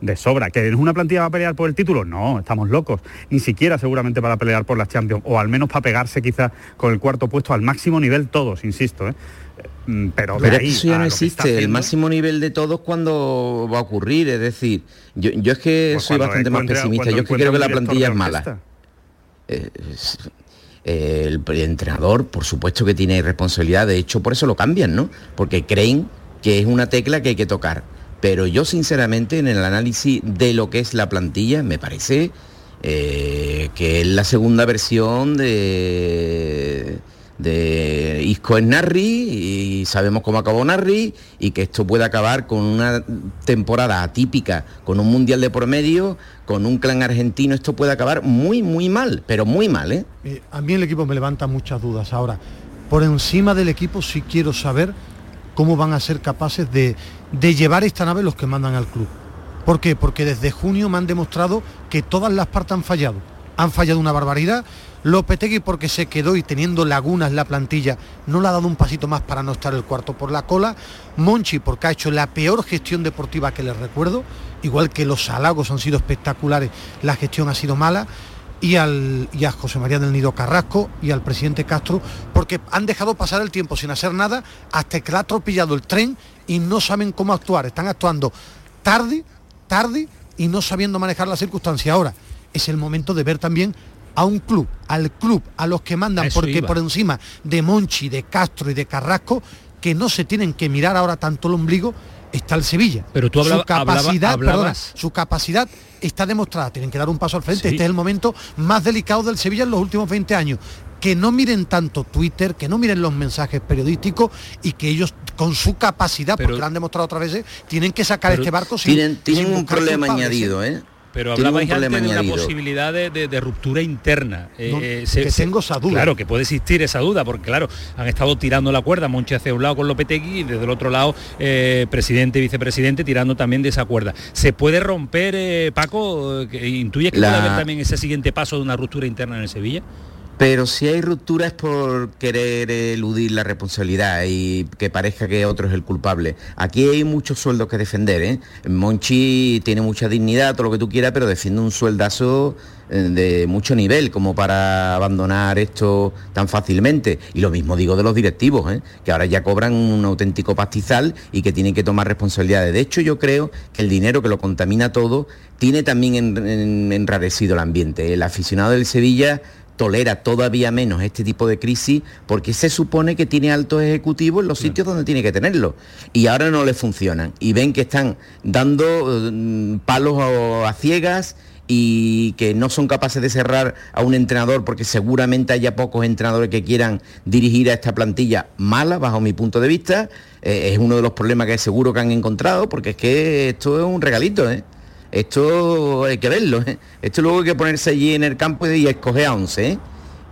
[SPEAKER 6] de sobra. ¿Que es una plantilla para pelear por el título? No, estamos locos. Ni siquiera seguramente para pelear por la Champions, o al menos para pegarse quizás con el cuarto puesto al máximo nivel todos, insisto, ¿eh? Pero,
[SPEAKER 7] pero
[SPEAKER 6] de ahí
[SPEAKER 7] eso ya no existe,
[SPEAKER 6] haciendo...
[SPEAKER 7] el máximo nivel de todos cuando va a ocurrir, es decir, yo, yo es que pues soy bastante más pesimista, yo es que creo que la plantilla es mala. Eh, es, eh, el, el entrenador, por supuesto que tiene responsabilidad, de hecho por eso lo cambian, ¿no? Porque creen que es una tecla que hay que tocar. Pero yo sinceramente en el análisis de lo que es la plantilla me parece eh, que es la segunda versión de... de Isco en Narri, y sabemos cómo acabó Narri, y que esto puede acabar con una temporada atípica, con un mundial de por medio, con un clan argentino. Esto puede acabar muy muy mal, pero muy mal, ¿eh?
[SPEAKER 4] Eh, a mí el equipo me levanta muchas dudas. Ahora, por encima del equipo sí quiero saber cómo van a ser capaces de, de llevar esta nave los que mandan al club. ¿Por qué? Porque desde junio me han demostrado que todas las partes han fallado. Han fallado una barbaridad. Lopetegui, porque se quedó y teniendo lagunas la plantilla, no le ha dado un pasito más para no estar el cuarto por la cola. Monchi, porque ha hecho la peor gestión deportiva que les recuerdo, igual que los halagos han sido espectaculares, la gestión ha sido mala. Y, al, y a José María del Nido Carrasco y al presidente Castro, porque han dejado pasar el tiempo sin hacer nada hasta que le ha atropellado el tren y no saben cómo actuar. Están actuando tarde, tarde y no sabiendo manejar las circunstancias. Ahora es el momento de ver también a un club, al club, a los que mandan,
[SPEAKER 2] Eso
[SPEAKER 4] porque
[SPEAKER 2] iba.
[SPEAKER 4] por encima de Monchi, de Castro y de Carrasco, que no se tienen que mirar ahora tanto el ombligo, está el Sevilla.
[SPEAKER 2] Pero tú hablaba,
[SPEAKER 4] su capacidad,
[SPEAKER 2] hablaba, hablabas...
[SPEAKER 4] perdona, su capacidad está demostrada. Tienen que dar un paso al frente.
[SPEAKER 2] Sí.
[SPEAKER 4] Este es el momento más delicado del Sevilla en los últimos veinte años. Que no miren tanto Twitter, que no miren los mensajes periodísticos y que ellos con su capacidad, pero, porque lo han demostrado otras veces, tienen que sacar este barco sin,
[SPEAKER 7] tienen, tienen
[SPEAKER 4] sin
[SPEAKER 7] un problema
[SPEAKER 4] culpables,
[SPEAKER 7] añadido, ¿eh?
[SPEAKER 2] Pero hablabais antes de una
[SPEAKER 7] añadido.
[SPEAKER 2] posibilidad de, de, de ruptura interna.
[SPEAKER 4] No,
[SPEAKER 2] eh, se,
[SPEAKER 4] que
[SPEAKER 2] se,
[SPEAKER 4] tengo esa duda.
[SPEAKER 2] Claro, que puede existir esa duda, porque claro, han estado tirando la cuerda, Monchi hacia un lado con Lopetegui y desde el otro lado, eh, presidente y vicepresidente tirando también de esa cuerda. ¿Se puede romper, eh, Paco? Que ¿Intuyes que
[SPEAKER 7] la...
[SPEAKER 2] puede haber también ese siguiente paso de una ruptura interna en el Sevilla?
[SPEAKER 7] Pero si hay ruptura es por querer eludir la responsabilidad y que parezca que otro es el culpable. Aquí hay muchos sueldos que defender, ¿eh? Monchi tiene mucha dignidad, todo lo que tú quieras, pero defiende un sueldazo de mucho nivel como para abandonar esto tan fácilmente. Y lo mismo digo de los directivos, ¿eh? Que ahora ya cobran un auténtico pastizal y que tienen que tomar responsabilidades. De hecho, yo creo que el dinero que lo contamina todo tiene también en, en, enrarecido el ambiente. El aficionado del Sevilla tolera todavía menos este tipo de crisis porque se supone que tiene altos ejecutivos en los sitios donde tiene que tenerlo y ahora no le funcionan y ven que están dando uh, palos a, a ciegas y que no son capaces de cerrar a un entrenador porque seguramente haya pocos entrenadores que quieran dirigir a esta plantilla mala bajo mi punto de vista. Eh, es uno de los problemas que seguro que han encontrado porque es que esto es un regalito, ¿eh? Esto hay que verlo, ¿eh? Esto luego hay que ponerse allí en el campo y escoger a once, ¿eh?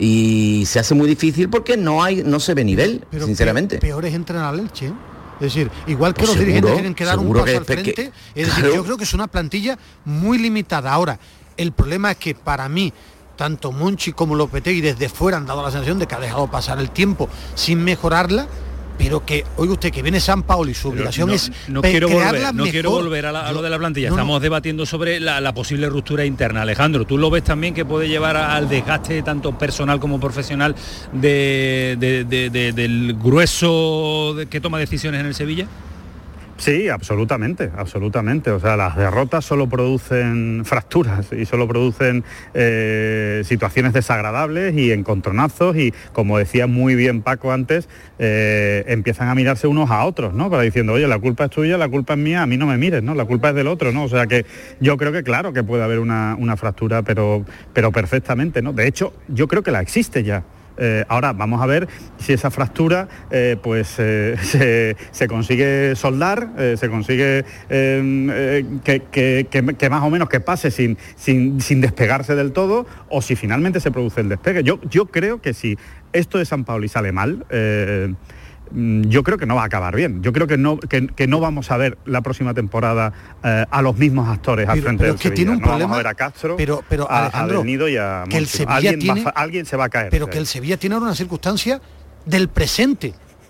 [SPEAKER 7] Y se hace muy difícil porque no hay, no se ve nivel, pero sinceramente.
[SPEAKER 4] Peor, peor es entrenar al Elche, ¿eh? Es decir, igual que
[SPEAKER 7] pues
[SPEAKER 4] los
[SPEAKER 7] seguro,
[SPEAKER 4] dirigentes tienen que dar un paso
[SPEAKER 7] que,
[SPEAKER 4] al frente,
[SPEAKER 7] que,
[SPEAKER 4] es decir, claro. Yo creo que es una plantilla muy limitada. Ahora, el problema es que para mí, tanto Monchi como Lopetegui desde fuera han dado la sensación de que ha dejado pasar el tiempo sin mejorarla, pero que, oiga usted, que viene San Paolo y su obligación
[SPEAKER 2] no,
[SPEAKER 4] es
[SPEAKER 2] no quiero volver, no
[SPEAKER 4] mejor.
[SPEAKER 2] quiero volver a, la, a lo de la plantilla.
[SPEAKER 4] No,
[SPEAKER 2] Estamos
[SPEAKER 4] no.
[SPEAKER 2] debatiendo sobre la, la posible ruptura interna. Alejandro, ¿tú lo ves también que puede llevar al desgaste tanto personal como profesional de, de, de, de, del grueso de, que toma decisiones en el Sevilla?
[SPEAKER 6] Sí, absolutamente, absolutamente. O sea, las derrotas solo producen fracturas y solo producen eh, situaciones desagradables y encontronazos y, como decía muy bien Paco antes, eh, empiezan a mirarse unos a otros, ¿no? Para diciendo, oye, la culpa es tuya, la culpa es mía, a mí no me mires, ¿no? La culpa es del otro, ¿no? O sea que yo creo que claro que puede haber una, una fractura, pero, pero perfectamente, ¿no? De hecho, yo creo que la existe ya. Eh, ahora vamos a ver si esa fractura eh, pues eh, se, se consigue soldar, eh, se consigue eh, eh, que, que, que, que más o menos que pase sin, sin, sin despegarse del todo, o si finalmente se produce el despegue. Yo, yo creo que si esto de San Paoli sale mal, eh, yo creo que no va a acabar bien. Yo creo que no que, que no vamos a ver la próxima temporada eh, a los mismos actores al
[SPEAKER 4] pero,
[SPEAKER 6] frente
[SPEAKER 4] pero
[SPEAKER 6] del
[SPEAKER 4] que
[SPEAKER 6] Sevilla.
[SPEAKER 4] tiene un
[SPEAKER 6] no
[SPEAKER 4] problema,
[SPEAKER 6] vamos a ver a Castro,
[SPEAKER 4] pero, pero,
[SPEAKER 6] a,
[SPEAKER 4] Alejandro,
[SPEAKER 6] a Del Nido y a
[SPEAKER 4] que el
[SPEAKER 6] Monchi.
[SPEAKER 4] Sevilla
[SPEAKER 6] alguien,
[SPEAKER 4] tiene,
[SPEAKER 6] va, alguien se va a caer.
[SPEAKER 4] Pero que el Sevilla tiene ahora una circunstancia del presente.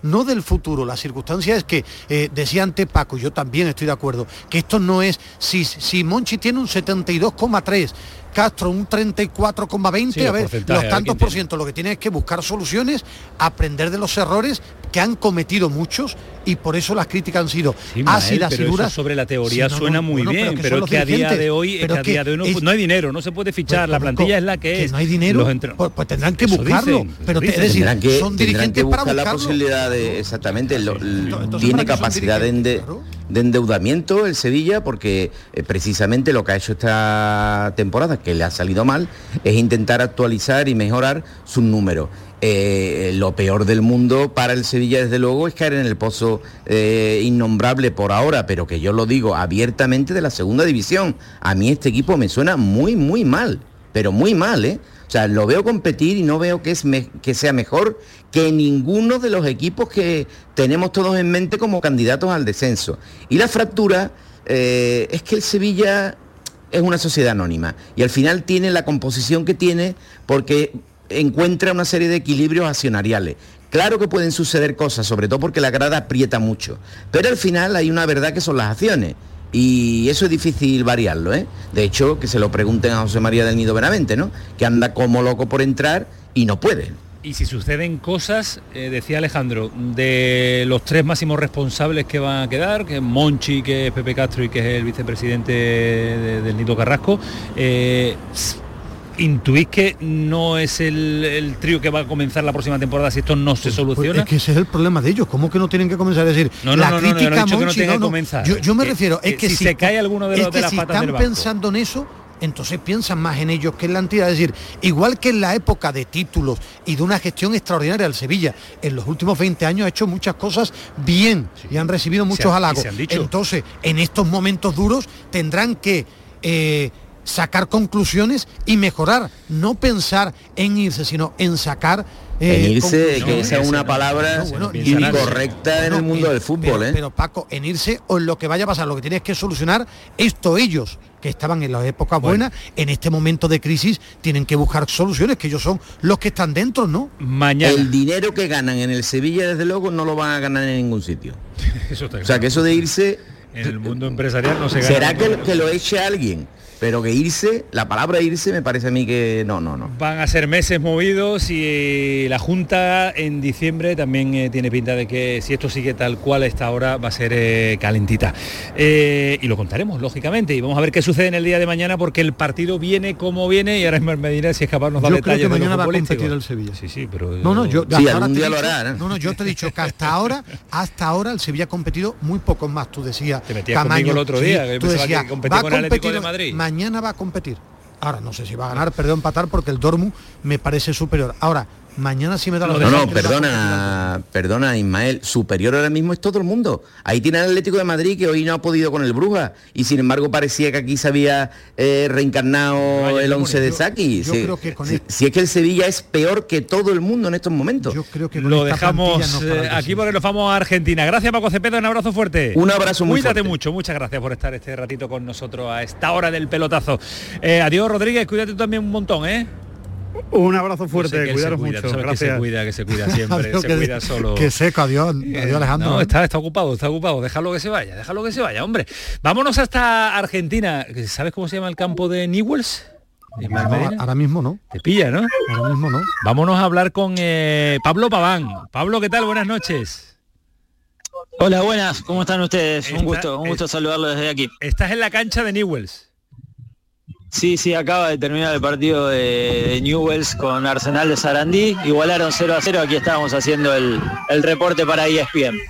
[SPEAKER 4] no del futuro. La circunstancia es que, eh, decía antes Paco, yo también estoy de acuerdo, que esto no es, si, si Monchi tiene un setenta y dos coma tres, Castro un treinta y cuatro coma veinte, sí, a ver, los tantos por ciento, lo que tiene es que buscar soluciones, aprender de los errores que han cometido muchos, y por eso las críticas han sido
[SPEAKER 2] sí,
[SPEAKER 4] ácidas
[SPEAKER 2] Mael,
[SPEAKER 4] y duras.
[SPEAKER 2] Eso sobre la teoría
[SPEAKER 4] sí, no,
[SPEAKER 2] suena
[SPEAKER 4] no,
[SPEAKER 2] muy
[SPEAKER 4] bueno,
[SPEAKER 2] bien,
[SPEAKER 4] pero,
[SPEAKER 2] pero es que a día de hoy, es que a
[SPEAKER 4] que
[SPEAKER 2] día de hoy no,
[SPEAKER 4] es,
[SPEAKER 2] no hay dinero, no se puede fichar, pues, la plantilla es la que, que es.
[SPEAKER 4] No hay dinero,
[SPEAKER 2] entre...
[SPEAKER 4] pues, pues tendrán que
[SPEAKER 2] eso
[SPEAKER 4] buscarlo,
[SPEAKER 2] dicen,
[SPEAKER 4] pero te, es
[SPEAKER 7] decir,
[SPEAKER 4] tendrán
[SPEAKER 7] que,
[SPEAKER 4] son
[SPEAKER 7] que
[SPEAKER 4] dirigentes
[SPEAKER 7] buscar
[SPEAKER 4] para
[SPEAKER 7] la
[SPEAKER 4] buscarlo.
[SPEAKER 7] posibilidad de, exactamente, lo,
[SPEAKER 4] Entonces,
[SPEAKER 7] tiene capacidad de, ende, de endeudamiento el Sevilla, porque eh, precisamente lo que ha hecho esta temporada, que le ha salido mal, es intentar actualizar y mejorar sus números. Eh, lo peor del mundo para el Sevilla, desde luego, es caer en el pozo eh, innombrable por ahora, pero que yo lo digo abiertamente, de la segunda división. A mí este equipo me suena muy, muy mal, pero muy mal, ¿eh? O sea, lo veo competir y no veo que, es me, que sea mejor que ninguno de los equipos que tenemos todos en mente como candidatos al descenso. Y la fractura eh, es que el Sevilla es una sociedad anónima y al final tiene la composición que tiene porque encuentra una serie de equilibrios accionariales. Claro que pueden suceder cosas, sobre todo porque la grada aprieta mucho, pero al final hay una verdad que son las acciones, y eso es difícil variarlo, ¿eh? De hecho, que se lo pregunten a José María del Nido Benavente, ¿no? Que anda como loco por entrar y no puede.
[SPEAKER 2] Y si suceden cosas, eh, decía Alejandro, de los tres máximos responsables que van a quedar, que es Monchi, que es Pepe Castro y que es el vicepresidente de, del Nito Carrasco, eh, ¿intuís que no es el, el trío que va a comenzar la próxima temporada si esto no se
[SPEAKER 4] pues,
[SPEAKER 2] soluciona?
[SPEAKER 4] Pues es que ese es el problema de ellos. ¿Cómo que no tienen que comenzar a decir?
[SPEAKER 2] No, no,
[SPEAKER 4] la
[SPEAKER 2] no,
[SPEAKER 4] crítica
[SPEAKER 2] no, no, no,
[SPEAKER 4] Monchi,
[SPEAKER 2] que no tenga
[SPEAKER 4] no, no.
[SPEAKER 2] que comenzar.
[SPEAKER 4] Yo, yo me
[SPEAKER 2] que,
[SPEAKER 4] refiero, es
[SPEAKER 2] que,
[SPEAKER 4] que
[SPEAKER 2] si,
[SPEAKER 4] si
[SPEAKER 2] se cae alguno de los
[SPEAKER 4] es que
[SPEAKER 2] de las
[SPEAKER 4] si
[SPEAKER 2] patas
[SPEAKER 4] están
[SPEAKER 2] del barco,
[SPEAKER 4] pensando en eso, entonces piensan más en ellos que en la entidad. Es decir, igual que en la época de títulos y de una gestión extraordinaria del Sevilla, en los últimos veinte años ha hecho muchas cosas bien, sí, y han recibido muchos
[SPEAKER 2] ha,
[SPEAKER 4] halagos. Entonces, en estos momentos duros tendrán que eh, sacar conclusiones y mejorar, no pensar en irse, sino en sacar
[SPEAKER 7] Eh, en irse, que esa es una palabra no, bueno, incorrecta no, en el mundo en, del fútbol,
[SPEAKER 4] pero,
[SPEAKER 7] ¿eh?
[SPEAKER 4] Pero Paco, en irse o en lo que vaya a pasar, lo que tienes que solucionar esto ellos, que estaban en las épocas bueno. buenas, en este momento de crisis tienen que buscar soluciones, que ellos son los que están dentro, ¿no?
[SPEAKER 7] Mañana. El dinero que ganan en el Sevilla, desde luego, no lo van a ganar en ningún sitio. Eso o sea, que eso de irse...
[SPEAKER 2] En el mundo empresarial no se gana.
[SPEAKER 7] ¿Será que, que lo eche alguien? Pero que irse, la palabra irse me parece a mí que no, no, no.
[SPEAKER 2] Van a ser meses movidos y la Junta en diciembre también eh, tiene pinta de que si esto sigue tal cual esta hora va a ser eh, calentita. Eh, y lo contaremos, lógicamente, y vamos a ver qué sucede en el día de mañana porque el partido viene como viene y ahora me dirá si es capaz nos da
[SPEAKER 4] yo
[SPEAKER 2] detalles
[SPEAKER 4] creo que
[SPEAKER 2] de
[SPEAKER 4] mañana va a
[SPEAKER 2] competir
[SPEAKER 4] el Sevilla.
[SPEAKER 2] Sí, sí, pero...
[SPEAKER 4] No, no, yo...
[SPEAKER 7] Sí, algún día lo hará, ¿no?
[SPEAKER 4] No, no, yo te he dicho que hasta ahora, hasta ahora el Sevilla ha competido muy poco más, tú decías.
[SPEAKER 2] Te metías Camaño, conmigo el otro día, sí, que
[SPEAKER 4] tú decías,
[SPEAKER 2] que competía con el Atlético de Madrid.
[SPEAKER 4] Mañana va a competir. Ahora no sé si va a ganar, perder o empatar porque el Dortmund me parece superior. Ahora, mañana sí me da la
[SPEAKER 7] No, no, perdona, perdona Ismael, superior ahora mismo es todo el mundo. Ahí tiene el Atlético de Madrid que hoy no ha podido con el Brujas y sin embargo parecía que aquí se había eh, reencarnado no, el once de Saki.
[SPEAKER 4] Yo, yo
[SPEAKER 7] si,
[SPEAKER 4] creo que con
[SPEAKER 7] si, si es que el Sevilla es peor que todo el mundo en estos momentos.
[SPEAKER 4] Yo creo que
[SPEAKER 2] lo dejamos no eh, aquí porque nos vamos a Argentina. Gracias Paco Cepeda, un abrazo fuerte.
[SPEAKER 7] Un abrazo muy
[SPEAKER 2] Cuídate
[SPEAKER 7] fuerte.
[SPEAKER 2] mucho, muchas gracias por estar este ratito con nosotros a esta hora del pelotazo. Eh, adiós Rodríguez, cuídate tú también un montón, ¿eh?
[SPEAKER 6] Un abrazo fuerte, cuidaros
[SPEAKER 2] cuida,
[SPEAKER 6] mucho.
[SPEAKER 2] Gracias. Que se cuida, que se cuida siempre,
[SPEAKER 4] adiós,
[SPEAKER 2] se
[SPEAKER 4] que,
[SPEAKER 2] cuida solo.
[SPEAKER 4] Que seco, adiós, adiós Alejandro.
[SPEAKER 2] No, está, está ocupado, está ocupado, déjalo que se vaya, déjalo que se vaya, hombre. Vámonos hasta Argentina. ¿Sabes cómo se llama el campo de Newell's?
[SPEAKER 4] No, ahora mismo no.
[SPEAKER 2] Te pilla, ¿no?
[SPEAKER 4] Ahora mismo no.
[SPEAKER 2] Vámonos a hablar con eh, Pablo Paván. Pablo, ¿qué tal? Buenas noches.
[SPEAKER 20] Hola, buenas, ¿cómo están ustedes?
[SPEAKER 2] Está,
[SPEAKER 20] un gusto, un gusto saludarlos desde aquí.
[SPEAKER 2] Estás en la cancha de Newell's.
[SPEAKER 20] Sí, sí, acaba de terminar el partido de, de Newell's con Arsenal de Sarandí. Igualaron cero a cero, aquí estábamos haciendo el, el reporte para E S P N.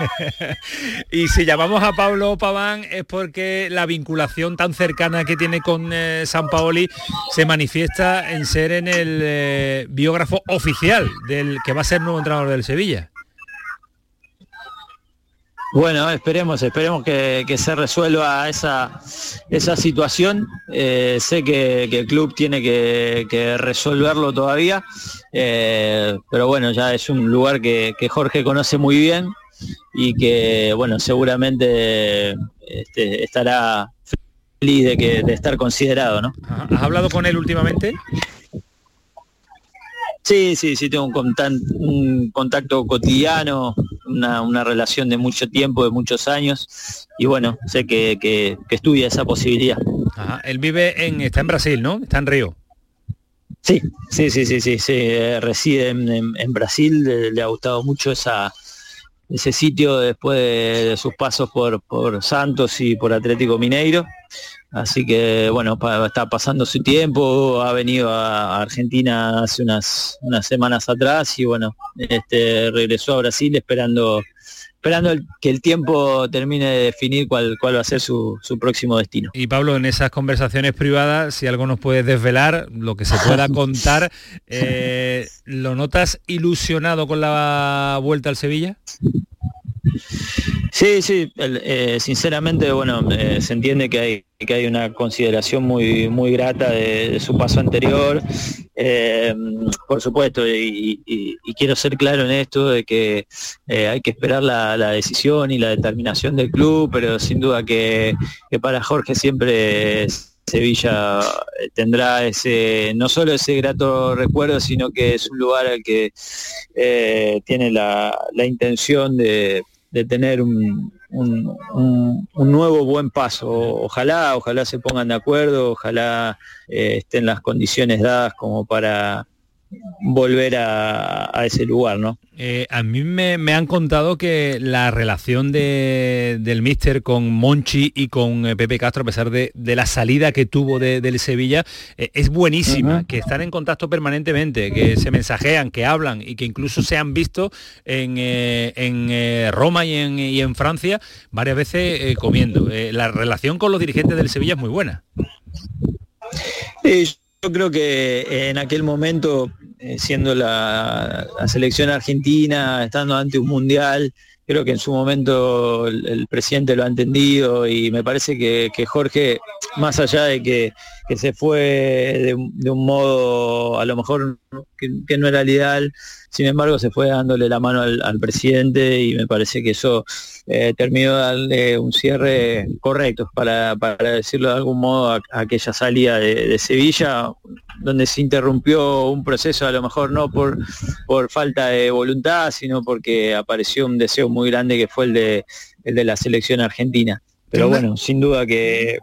[SPEAKER 2] Y si llamamos a Pablo Paván es porque la vinculación tan cercana que tiene con eh, Sampaoli se manifiesta en ser en el eh, biógrafo oficial del que va a ser nuevo entrenador del Sevilla.
[SPEAKER 20] Bueno, esperemos, esperemos que, que se resuelva esa, esa situación. Eh, sé que, que el club tiene que, que resolverlo todavía, eh, pero bueno, ya es un lugar que, que Jorge conoce muy bien y que, bueno, seguramente este, estará feliz de, que, de estar considerado, ¿no?
[SPEAKER 2] ¿Has hablado con él últimamente?
[SPEAKER 20] Sí, sí, sí, tengo un contacto, un contacto cotidiano una, una relación de mucho tiempo, de muchos años, y bueno, sé que, que, que estudia esa posibilidad.
[SPEAKER 2] Ajá. Él vive en, está en Brasil, ¿no? Está en Río.
[SPEAKER 20] Sí, sí, sí, sí, sí, sí. Eh, reside en, en, en Brasil, le, le ha gustado mucho esa, ese sitio después de, de sus pasos por, por Santos y por Atlético Mineiro. Así que bueno, pa, está pasando su tiempo, ha venido a Argentina hace unas, unas semanas atrás y bueno, este, regresó a Brasil esperando, esperando el, que el tiempo termine de definir cuál, cuál va a ser su, su próximo destino.
[SPEAKER 2] Y Pablo, en esas conversaciones privadas, si algo nos puedes desvelar, lo que se pueda contar, eh, ¿lo notas ilusionado con la vuelta al Sevilla?
[SPEAKER 20] Sí, sí, el, eh, sinceramente, bueno, eh, se entiende que hay que hay una consideración muy muy grata de, de su paso anterior, eh, por supuesto, y, y, y quiero ser claro en esto de que eh, hay que esperar la, la decisión y la determinación del club, pero sin duda que, que para Jorge siempre Sevilla tendrá ese, no solo ese grato recuerdo, sino que es un lugar al que eh, tiene la, la intención de de tener un, un, un, un nuevo buen paso. Ojalá, ojalá se pongan de acuerdo, ojalá eh, estén las condiciones dadas como para volver a, a ese lugar, ¿no?
[SPEAKER 2] Eh, a mí me, me han contado que la relación de, del míster con Monchi y con eh, Pepe Castro, a pesar de, de la salida que tuvo de, del Sevilla, eh, es buenísima, uh-huh. que están en contacto permanentemente, que se mensajean, que hablan y que incluso se han visto en, eh, en eh, Roma y en, y en Francia varias veces eh, comiendo. Eh, la relación con los dirigentes del Sevilla es muy buena.
[SPEAKER 20] Sí, yo creo que en aquel momento, eh, siendo la, la selección argentina, estando ante un mundial, creo que en su momento el, el presidente lo ha entendido y me parece que, que Jorge, más allá de que, que se fue de, de un modo a lo mejor que, que no era el ideal, sin embargo se fue dándole la mano al, al presidente y me parece que eso eh, terminó de darle un cierre correcto, para, para decirlo de algún modo, a, a aquella salida de, de Sevilla, donde se interrumpió un proceso, a lo mejor no por, por falta de voluntad, sino porque apareció un deseo muy grande que fue el de, el de la selección argentina. Pero bueno, sin duda que,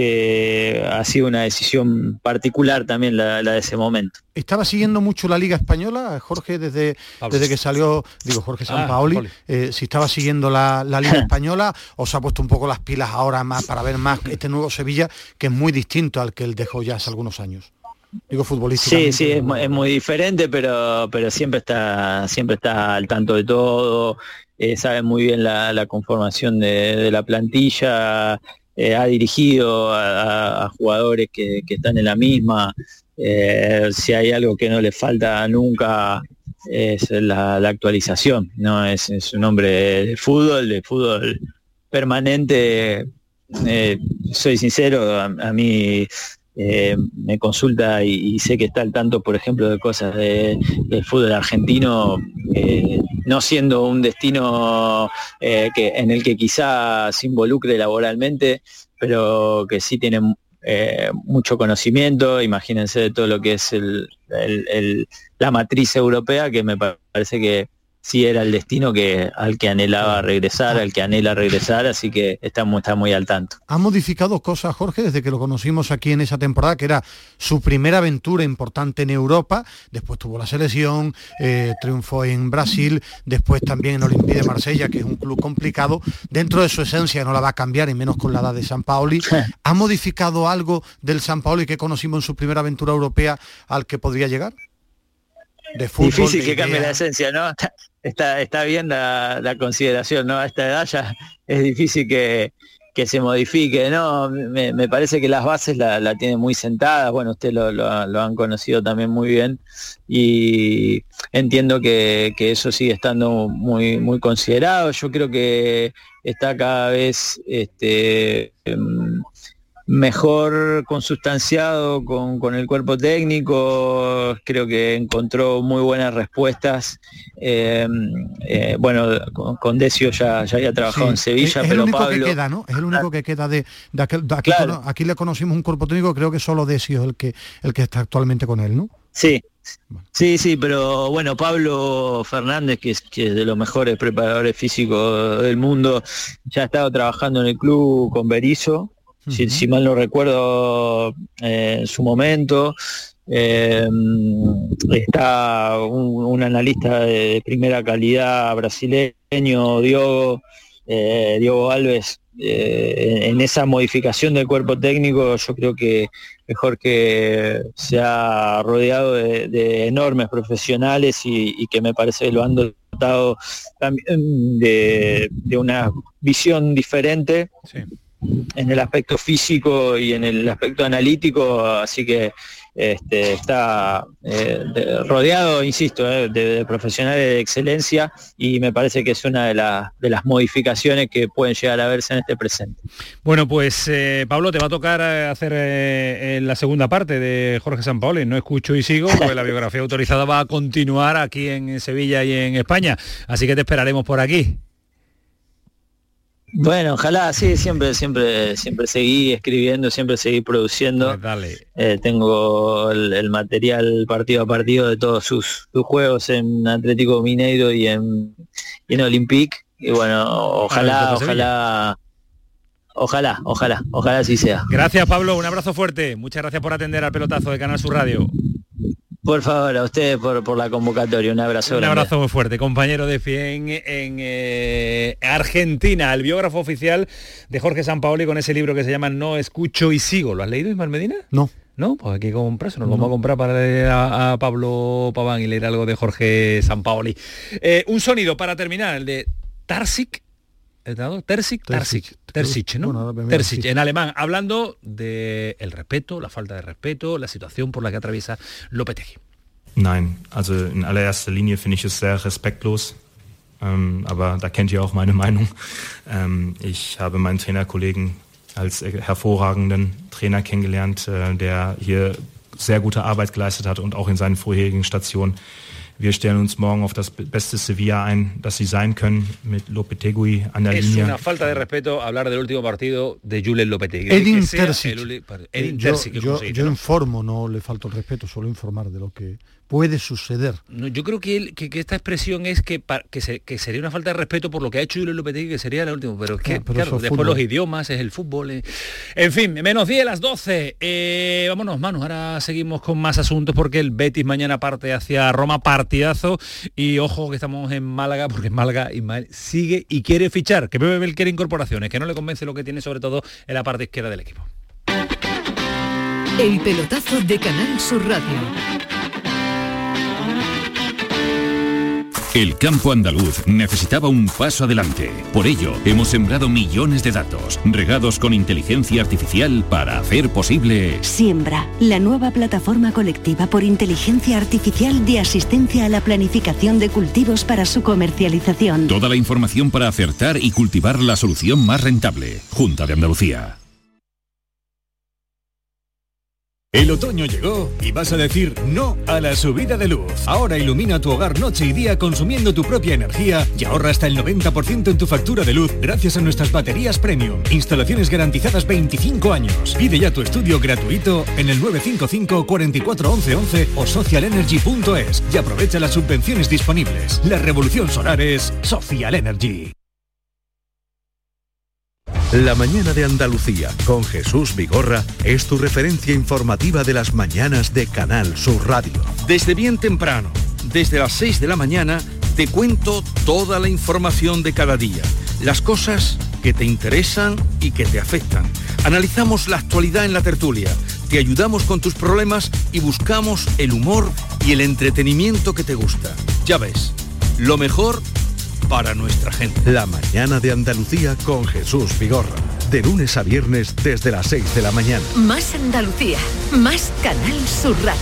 [SPEAKER 20] que ha sido una decisión particular también la, la de ese momento.
[SPEAKER 4] ¿Estaba siguiendo mucho la Liga Española, Jorge, desde, desde que salió, digo, Jorge Sampaoli, ah, eh, si estaba siguiendo la, la Liga Española o se ha puesto un poco las pilas ahora más para ver más este nuevo Sevilla, que es muy distinto al que él dejó ya hace algunos años? Digo, futbolísticamente.
[SPEAKER 20] Sí, sí, es, es muy diferente, pero pero siempre está siempre está al tanto de todo, eh, sabe muy bien la, la conformación de, de la plantilla, eh, ha dirigido a, a jugadores que, que están en la misma, eh, si hay algo que no le falta nunca es la, la actualización, no es, es un hombre de fútbol, de fútbol permanente, eh, soy sincero, a, a mí Eh, me consulta y, y sé que está al tanto, por ejemplo, de cosas de, del fútbol argentino, eh, no siendo un destino eh, que, en el que quizá se involucre laboralmente, pero que sí tiene eh, mucho conocimiento. Imagínense de todo lo que es el, el, el, la matriz europea, que me parece que sí era el destino que al que anhelaba regresar, al que anhela regresar, así que está muy, está muy al tanto.
[SPEAKER 4] ¿Ha modificado cosas, Jorge, desde que lo conocimos aquí en esa temporada, que era su primera aventura importante en Europa? Después tuvo la selección, eh, triunfó en Brasil, después también en Olympique de Marsella, que es un club complicado. Dentro de su esencia no la va a cambiar, y menos con la edad de Sampaoli. ¿Ha modificado algo del Sampaoli que conocimos en su primera aventura europea al que podría llegar? De fútbol,
[SPEAKER 20] difícil
[SPEAKER 4] de
[SPEAKER 20] que
[SPEAKER 4] idea.
[SPEAKER 20] Cambie la esencia, ¿no? Está, está bien la, la consideración, ¿no? A esta edad ya es difícil que, que se modifique, ¿no? Me, me parece que las bases la, la tiene muy sentadas, bueno, usted lo, lo, lo han conocido también muy bien y entiendo que, que eso sigue estando muy, muy considerado. Yo creo que está cada vez este, mejor consustanciado con, con el cuerpo técnico, creo que encontró muy buenas respuestas. Eh, eh, bueno, con, con Decio ya, ya había trabajado sí, en Sevilla,
[SPEAKER 4] es, es
[SPEAKER 20] pero
[SPEAKER 4] el único
[SPEAKER 20] Pablo...
[SPEAKER 4] que queda, ¿no? Es el único que queda de, de, aquel, de aquí,
[SPEAKER 20] claro.
[SPEAKER 4] Aquí le conocimos un cuerpo técnico, creo que solo Decio es el que, el que está actualmente con él, ¿no?
[SPEAKER 20] Sí, sí, sí, pero bueno, Pablo Fernández, que es, que es de los mejores preparadores físicos del mundo, ya ha estado trabajando en el club con Berizzo, uh-huh. si, si mal no recuerdo, eh, en su momento. Eh, está un, un analista de primera calidad brasileño, Diogo, eh, Diogo Alves. Eh, en esa modificación del cuerpo técnico, yo creo que mejor que se ha rodeado de, de enormes profesionales y, y que me parece que lo han dotado también de, de una visión diferente. Sí. En el aspecto físico y en el aspecto analítico, así que este, está eh, de, rodeado, insisto, eh, de, de profesionales de excelencia, y me parece que es una de, la, de las modificaciones que pueden llegar a verse en este presente.
[SPEAKER 2] Bueno, pues eh, Pablo, te va a tocar hacer eh, la segunda parte de Jorge Sampaoli, No escucho y sigo, porque la biografía autorizada va a continuar aquí en Sevilla y en España, así que te esperaremos por aquí.
[SPEAKER 20] Bueno, ojalá, sí, siempre, siempre, siempre seguí escribiendo, siempre seguí produciendo.
[SPEAKER 2] Pues dale.
[SPEAKER 20] Eh, tengo el, el material partido a partido de todos sus, sus juegos en Atlético Mineiro y en, y en Olympique. Y bueno, ojalá, ojalá, ojalá, ojalá, ojalá así sea.
[SPEAKER 2] Gracias, Pablo, un abrazo fuerte. Muchas gracias por atender al pelotazo de Canal Sur Radio.
[SPEAKER 20] Por favor, a ustedes por, por la convocatoria, un abrazo
[SPEAKER 2] Un
[SPEAKER 20] grande.
[SPEAKER 2] abrazo muy fuerte, compañero de F I E en, en eh, Argentina, el biógrafo oficial de Jorge Sampaoli con ese libro que se llama No escucho y sigo. ¿Lo has leído, Ismael Medina?
[SPEAKER 4] No.
[SPEAKER 2] No, pues hay que comprarse, nos lo vamos a comprar para leer a, a Pablo Paván y leer algo de Jorge Sampaoli. Eh, un sonido para terminar, el de Tarsic. Terzic, Terzic, Terzic, ¿no? Bueno, Terzic, en alemán, hablando de el respeto, la falta de respeto, la situación por la que atraviesa Lopetegui.
[SPEAKER 21] Nein, also in allererster Linie finde ich es sehr respektlos, ähm, aber da kennt ihr auch meine Meinung. Ähm, ich habe meinen Trainerkollegen als hervorragenden Trainer kennengelernt, äh, der hier sehr gute Arbeit geleistet hat und auch in seinen vorherigen Stationen. Wir stellen uns morgen auf das beste Sevilla ein, das sie sein können, mit Lopetegui an der
[SPEAKER 2] es
[SPEAKER 21] Linie.
[SPEAKER 2] Es una falta de respeto hablar del último partido de Julen Lopetegui.
[SPEAKER 4] Edin Terzic.
[SPEAKER 2] Edin
[SPEAKER 4] yo,
[SPEAKER 2] Terzic,
[SPEAKER 4] yo, yo informo, no le falta el respeto, solo informar de lo que puede suceder.
[SPEAKER 2] No, yo creo que, el, que, que esta expresión es que, que, se, que sería una falta de respeto por lo que ha hecho Julen Lopetegui, que sería el último, pero es que, ah, pero claro, después fútbol. Los idiomas, es el fútbol. Eh. En fin, menos diez, las doce. Eh, vámonos, Manu, ahora seguimos con más asuntos porque el Betis mañana parte hacia Roma, partidazo, y ojo que estamos en Málaga, porque en Málaga Ismael sigue y quiere fichar, que Pepe Bel quiere incorporaciones, que no le convence lo que tiene sobre todo en la parte izquierda del equipo.
[SPEAKER 1] El pelotazo de Canal Sur Radio.
[SPEAKER 12] El campo andaluz necesitaba un paso adelante. Por ello, hemos sembrado millones de datos, regados con inteligencia artificial para hacer posible...
[SPEAKER 13] Siembra, la nueva plataforma colectiva por inteligencia artificial de asistencia a la planificación de cultivos para su comercialización.
[SPEAKER 12] Toda la información para acertar y cultivar la solución más rentable. Junta de Andalucía.
[SPEAKER 22] El otoño llegó y vas a decir no a la subida de luz. Ahora ilumina tu hogar noche y día consumiendo tu propia energía y ahorra hasta el noventa por ciento en tu factura de luz gracias a nuestras baterías premium. Instalaciones garantizadas veinticinco años. Pide ya tu estudio gratuito en el nueve cinco cinco, cuatro cuatro, once once o social energy punto es y aprovecha las subvenciones disponibles. La revolución solar es Social Energy.
[SPEAKER 23] La mañana de Andalucía con Jesús Vigorra es tu referencia informativa de las mañanas de Canal Sur Radio.
[SPEAKER 24] Desde bien temprano, desde las seis de la mañana, te cuento toda la información de cada día, las cosas que te interesan y que te afectan. Analizamos la actualidad en la tertulia, te ayudamos con tus problemas y buscamos el humor y el entretenimiento que te gusta. Ya ves, lo mejor para nuestra gente.
[SPEAKER 23] La mañana de Andalucía con Jesús Vigorra. De lunes a viernes desde las seis de la mañana.
[SPEAKER 1] Más Andalucía, más Canal Sur Radio.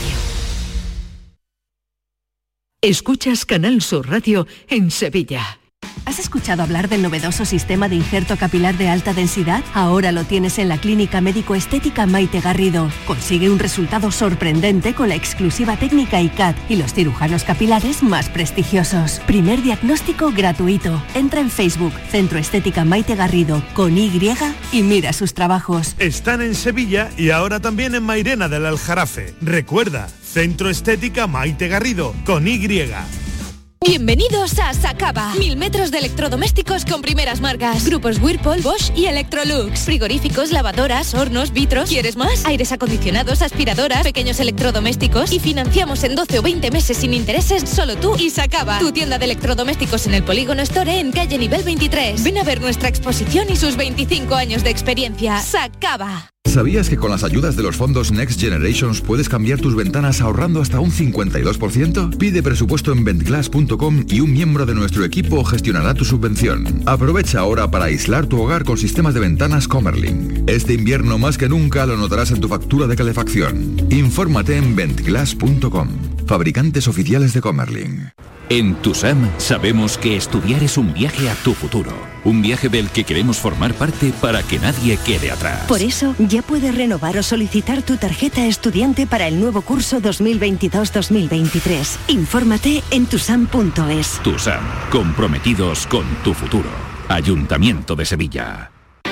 [SPEAKER 1] Escuchas Canal Sur Radio en Sevilla.
[SPEAKER 25] ¿Has escuchado hablar del novedoso sistema de injerto capilar de alta densidad? Ahora lo tienes en la Clínica Médico-Estética Maite Garrido. Consigue un resultado sorprendente con la exclusiva técnica I C A T y los cirujanos capilares más prestigiosos. Primer diagnóstico gratuito. Entra en Facebook, Centro Estética Maite Garrido, con Y, y mira sus trabajos.
[SPEAKER 26] Están en Sevilla y ahora también en Mairena del Aljarafe. Recuerda,
[SPEAKER 3] Centro Estética Maite Garrido, con Y.
[SPEAKER 5] Bienvenidos a Sacaba. Mil metros de electrodomésticos con primeras marcas. Grupos Whirlpool, Bosch y Electrolux. Frigoríficos, lavadoras, hornos, vitros. ¿Quieres más? Aires acondicionados, aspiradoras, pequeños electrodomésticos. Y financiamos en doce o veinte meses sin intereses, solo tú y Sacaba. Tu tienda de electrodomésticos en el Polígono Store en calle Nivel veintitrés. Ven a ver nuestra exposición y sus veinticinco años de experiencia. Sacaba.
[SPEAKER 8] ¿Sabías que con las ayudas de los fondos Next Generations puedes cambiar tus ventanas ahorrando hasta un cincuenta y dos por ciento? Pide presupuesto en ventglass punto com y un miembro de nuestro equipo gestionará tu subvención. Aprovecha ahora para aislar tu hogar con sistemas de ventanas Comerlin. Este invierno más que nunca lo notarás en tu factura de calefacción. Infórmate en ventglass punto com. Fabricantes oficiales de Comerlin.
[SPEAKER 12] En TUSAM sabemos que estudiar es un viaje a tu futuro, un viaje del que queremos formar parte para que nadie quede atrás.
[SPEAKER 13] Por eso, ya puedes renovar o solicitar tu tarjeta estudiante para el nuevo curso dos mil veintidós dos mil veintitrés. Infórmate en tusam punto es.
[SPEAKER 12] TUSAM, comprometidos con tu futuro. Ayuntamiento de Sevilla.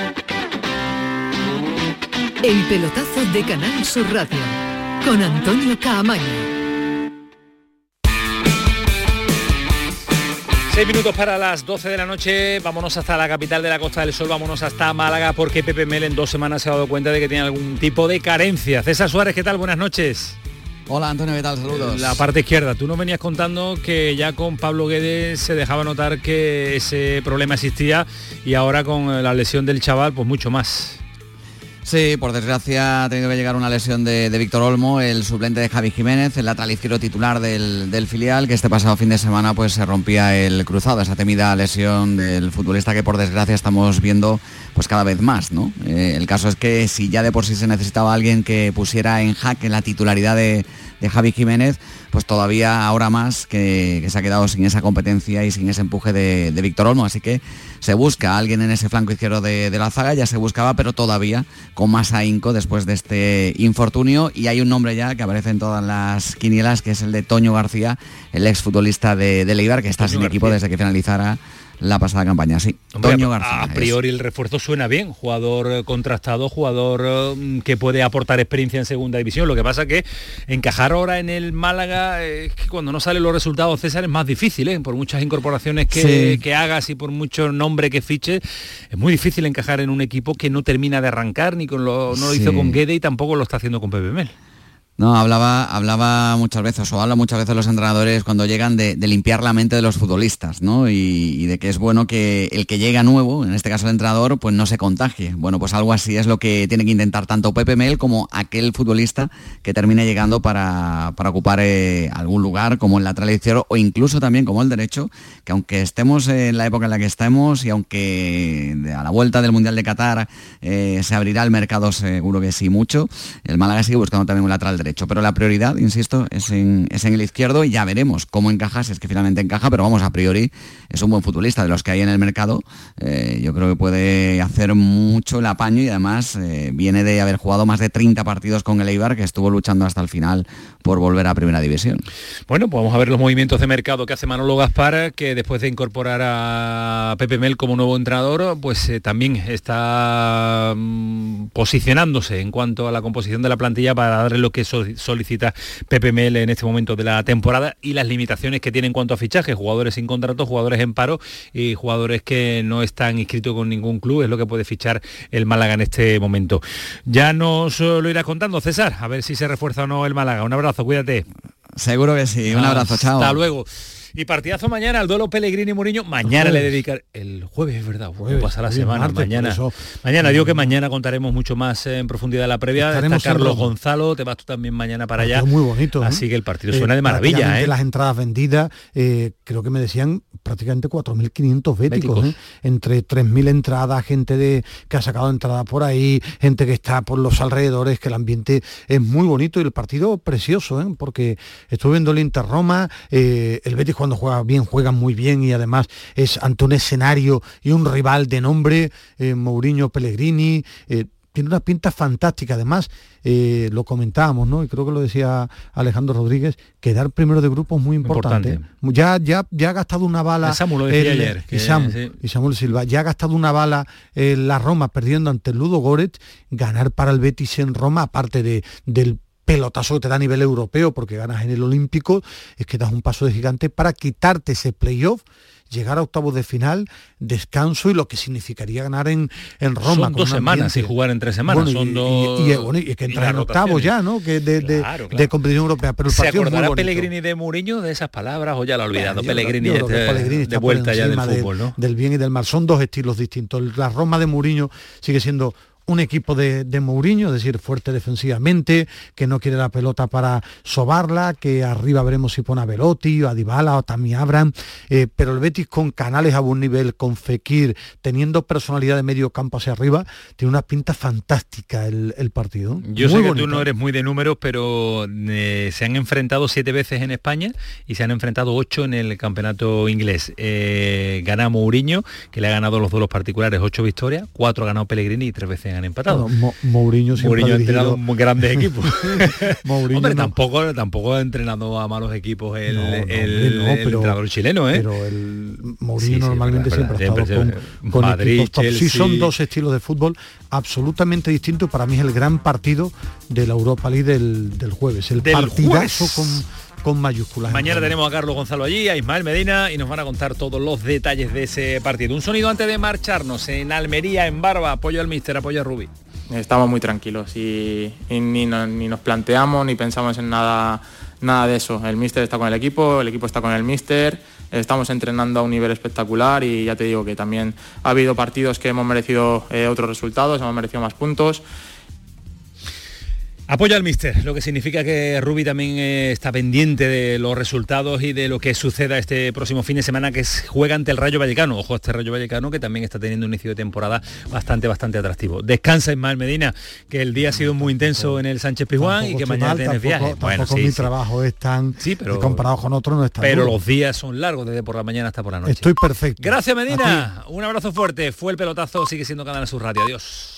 [SPEAKER 1] El pelotazo de Canal Sur Radio, con Antonio Caamaño.
[SPEAKER 2] Seis minutos para las doce de la noche, vámonos hasta la capital de la Costa del Sol, vámonos hasta Málaga, porque Pepe Mel en dos semanas se ha dado cuenta de que tiene algún tipo de carencia. César Suárez, ¿qué tal? Buenas noches.
[SPEAKER 9] Hola Antonio, ¿qué tal? Saludos.
[SPEAKER 2] La parte izquierda, tú nos venías contando que ya con Pablo Guedes se dejaba notar que ese problema existía y ahora con la lesión del chaval, pues mucho más.
[SPEAKER 9] Sí, por desgracia ha tenido que llegar una lesión de, de Víctor Olmo, el suplente de Javi Jiménez, el lateral izquierdo titular del, del filial, que este pasado fin de semana pues se rompía el cruzado, esa temida lesión del futbolista que por desgracia estamos viendo pues cada vez más, ¿no? Eh, el caso es que si ya de por sí se necesitaba alguien que pusiera en jaque la titularidad de, de Javi Jiménez, pues todavía ahora más que, que se ha quedado sin esa competencia y sin ese empuje de, de Víctor Olmo, así que se busca a alguien en ese flanco izquierdo de, de la zaga, ya se buscaba, pero todavía con más ahínco después de este infortunio, y hay un nombre ya que aparece en todas las quinielas, que es el de Toño García, el exfutbolista de, de Eibar, que está Toño sin García. Equipo desde que finalizara la pasada campaña, sí.
[SPEAKER 2] Hombre,
[SPEAKER 9] Toño García.
[SPEAKER 2] A priori es. El refuerzo suena bien, jugador contrastado, jugador que puede aportar experiencia en segunda división. Lo que pasa que encajar ahora en el Málaga, es que cuando no salen los resultados, César, es más difícil, ¿eh? Por muchas incorporaciones que, sí. que hagas y por mucho nombre que fiches, es muy difícil encajar en un equipo que no termina de arrancar, ni con lo, no lo sí. hizo con Guede y tampoco lo está haciendo con Pepe Mel.
[SPEAKER 9] No, hablaba, hablaba muchas veces, o habla muchas veces los entrenadores cuando llegan de, de limpiar la mente de los futbolistas, ¿no? Y, y de que es bueno que el que llega nuevo, en este caso el entrenador, pues no se contagie. Bueno, pues algo así es lo que tiene que intentar tanto Pepe Mel como aquel futbolista que termine llegando para, para ocupar eh, algún lugar como el lateral izquierdo o incluso también como el derecho, que aunque estemos en la época en la que estemos y aunque a la vuelta del Mundial de Qatar eh, se abrirá el mercado, seguro que sí mucho, el Málaga sigue buscando también un lateral derecho. Derecho, pero la prioridad, insisto, es en, es en el izquierdo y ya veremos cómo encaja, si es que finalmente encaja, pero vamos, a priori es un buen futbolista de los que hay en el mercado. Eh, yo creo que puede hacer mucho el apaño y además eh, viene de haber jugado más de treinta partidos con el Eibar, que estuvo luchando hasta el final por volver a Primera División.
[SPEAKER 2] Bueno, pues vamos a ver los movimientos de mercado que hace Manolo Gaspar, que después de incorporar a Pepe Mel como nuevo entrenador, pues eh, también está mm, posicionándose en cuanto a la composición de la plantilla para darle lo que so solicita Pepe Mel en este momento de la temporada y las limitaciones que tiene en cuanto a fichajes, jugadores sin contrato, jugadores en paro y jugadores que no están inscritos con ningún club, es lo que puede fichar el Málaga en este momento. Ya nos lo irás contando, César, a ver si se refuerza o no el Málaga. Un abrazo, cuídate.
[SPEAKER 9] Seguro que sí, un abrazo, chao.
[SPEAKER 2] Hasta luego. Y partidazo mañana, el duelo Pellegrini-Mourinho. Mañana le dedicar el jueves, es verdad, jueves, pasa la semana, martes, mañana. Eso, mañana, digo que mañana contaremos mucho más en profundidad la previa. Estaremos Está Carlos Gonzalo, te vas tú también mañana para allá.
[SPEAKER 4] Muy bonito. ¿eh?
[SPEAKER 2] Así que el partido suena eh, de maravilla. ¿eh?
[SPEAKER 4] Las entradas vendidas, eh, creo que me decían prácticamente cuatro mil quinientos béticos. béticos. ¿eh? Entre tres mil entradas, gente de que ha sacado entradas por ahí, gente que está por los alrededores, que el ambiente es muy bonito y el partido precioso, ¿eh? Porque estuve viendo el Inter Roma, eh, el Betis cuando juega bien, juega muy bien y además es ante un escenario y un rival de nombre, eh, Mourinho Pellegrini, eh, tiene una pinta fantástica. Además, eh, lo comentábamos, ¿no? Y creo que lo decía Alejandro Rodríguez, quedar primero de grupo es muy importante. importante. Ya, ya, ya ha gastado una bala.
[SPEAKER 2] El Samu lo decía el, ayer.
[SPEAKER 4] Y, Samu, sí. y Samuel Silva, ya ha gastado una bala en la Roma perdiendo ante el Ludo Goretz. Ganar para el Betis en Roma, aparte de, del pelotazo que te da a nivel europeo porque ganas en el Olímpico, es que das un paso de gigante para quitarte ese playoff, llegar a octavos de final, descanso y lo que significaría ganar en, en Roma.
[SPEAKER 2] Son dos semanas y jugar en tres semanas.
[SPEAKER 4] Bueno,
[SPEAKER 2] son
[SPEAKER 4] y,
[SPEAKER 2] dos...
[SPEAKER 4] y, y, bueno, y que entrar en octavos ya, ¿no? Que de, de, claro, claro. de competición europea. Pero el
[SPEAKER 2] ¿Se
[SPEAKER 4] partido
[SPEAKER 2] acordará
[SPEAKER 4] es muy
[SPEAKER 2] Pellegrini de Mourinho de esas palabras o ya lo ha olvidado?
[SPEAKER 4] Bueno,
[SPEAKER 2] Pellegrini,
[SPEAKER 4] yo, yo
[SPEAKER 2] este,
[SPEAKER 4] Pellegrini
[SPEAKER 2] de vuelta ya del
[SPEAKER 4] de,
[SPEAKER 2] fútbol, ¿no?
[SPEAKER 4] Del bien y del mal. Son dos estilos distintos. La Roma de Mourinho sigue siendo un equipo de, de Mourinho, es decir, fuerte defensivamente, que no quiere la pelota para sobarla, que arriba veremos si pone a Belotti, o a Dybala, o a Tammy Abraham, eh, pero el Betis con Canales a buen nivel, con Fekir, teniendo personalidad de medio campo hacia arriba, tiene una pinta fantástica el, el partido.
[SPEAKER 2] Yo
[SPEAKER 4] muy
[SPEAKER 2] sé que
[SPEAKER 4] bonito.
[SPEAKER 2] tú no eres muy de números, pero eh, se han enfrentado siete veces en España y se han enfrentado ocho en el campeonato inglés. Eh, gana Mourinho, que le ha ganado los duelos particulares, ocho victorias, cuatro ha ganado Pellegrini y tres veces han empatado.
[SPEAKER 4] Bueno, Mo Mourinho siempre
[SPEAKER 2] Mourinho
[SPEAKER 4] ha,
[SPEAKER 2] ha entrenado muy grandes equipos.
[SPEAKER 4] Mourinho
[SPEAKER 2] Hombre,
[SPEAKER 4] no.
[SPEAKER 2] tampoco, tampoco ha entrenado a malos equipos el,
[SPEAKER 4] no, no,
[SPEAKER 2] el,
[SPEAKER 4] no,
[SPEAKER 2] el
[SPEAKER 4] pero,
[SPEAKER 2] entrenador chileno, ¿eh?
[SPEAKER 4] Pero el Mourinho
[SPEAKER 2] sí,
[SPEAKER 4] normalmente
[SPEAKER 2] sí,
[SPEAKER 4] siempre ha
[SPEAKER 2] siempre,
[SPEAKER 4] estado
[SPEAKER 2] siempre,
[SPEAKER 4] con, con
[SPEAKER 2] Madrid,
[SPEAKER 4] equipos top.
[SPEAKER 2] Chelsea.
[SPEAKER 4] Sí, son dos estilos de fútbol absolutamente distintos. Para mí es el gran partido de la Europa League del, del jueves. El
[SPEAKER 2] del
[SPEAKER 4] partidazo
[SPEAKER 2] jueves.
[SPEAKER 4] con con mayúsculas.
[SPEAKER 2] Mañana tenemos a Carlos Gonzalo allí, a Ismael Medina y nos van a contar todos los detalles de ese partido. Un sonido antes de marcharnos en Almería, en Barba. Apoyo al míster, apoyo a Rubí.
[SPEAKER 10] Estamos muy tranquilos y, y ni, no, ni nos planteamos ni pensamos en nada, nada de eso. El míster está con el equipo, el equipo está con el míster, estamos entrenando a un nivel espectacular y ya te digo que también ha habido partidos que hemos merecido eh, otros resultados, hemos merecido más puntos.
[SPEAKER 2] Apoya al míster, lo que significa que Rubí también eh, está pendiente de los resultados y de lo que suceda este próximo fin de semana, que es, juega ante el Rayo Vallecano. Ojo a este Rayo Vallecano, que también está teniendo un inicio de temporada bastante, bastante atractivo. Descansa Ismael Medina, que el día ha sido muy intenso en el Sánchez Pizjuán y que mañana
[SPEAKER 4] mal,
[SPEAKER 2] tienes
[SPEAKER 4] tampoco,
[SPEAKER 2] viaje.
[SPEAKER 4] Tampoco
[SPEAKER 2] bueno, sí,
[SPEAKER 4] mi
[SPEAKER 2] sí.
[SPEAKER 4] trabajo es tan,
[SPEAKER 2] sí, pero,
[SPEAKER 4] comparado con otros no es tan
[SPEAKER 2] Pero
[SPEAKER 4] duro.
[SPEAKER 2] los días son largos, desde por la mañana hasta por la noche.
[SPEAKER 4] Estoy perfecto.
[SPEAKER 2] Gracias Medina, un abrazo fuerte. Fue el pelotazo, sigue siendo Canal Sur Radio. Adiós.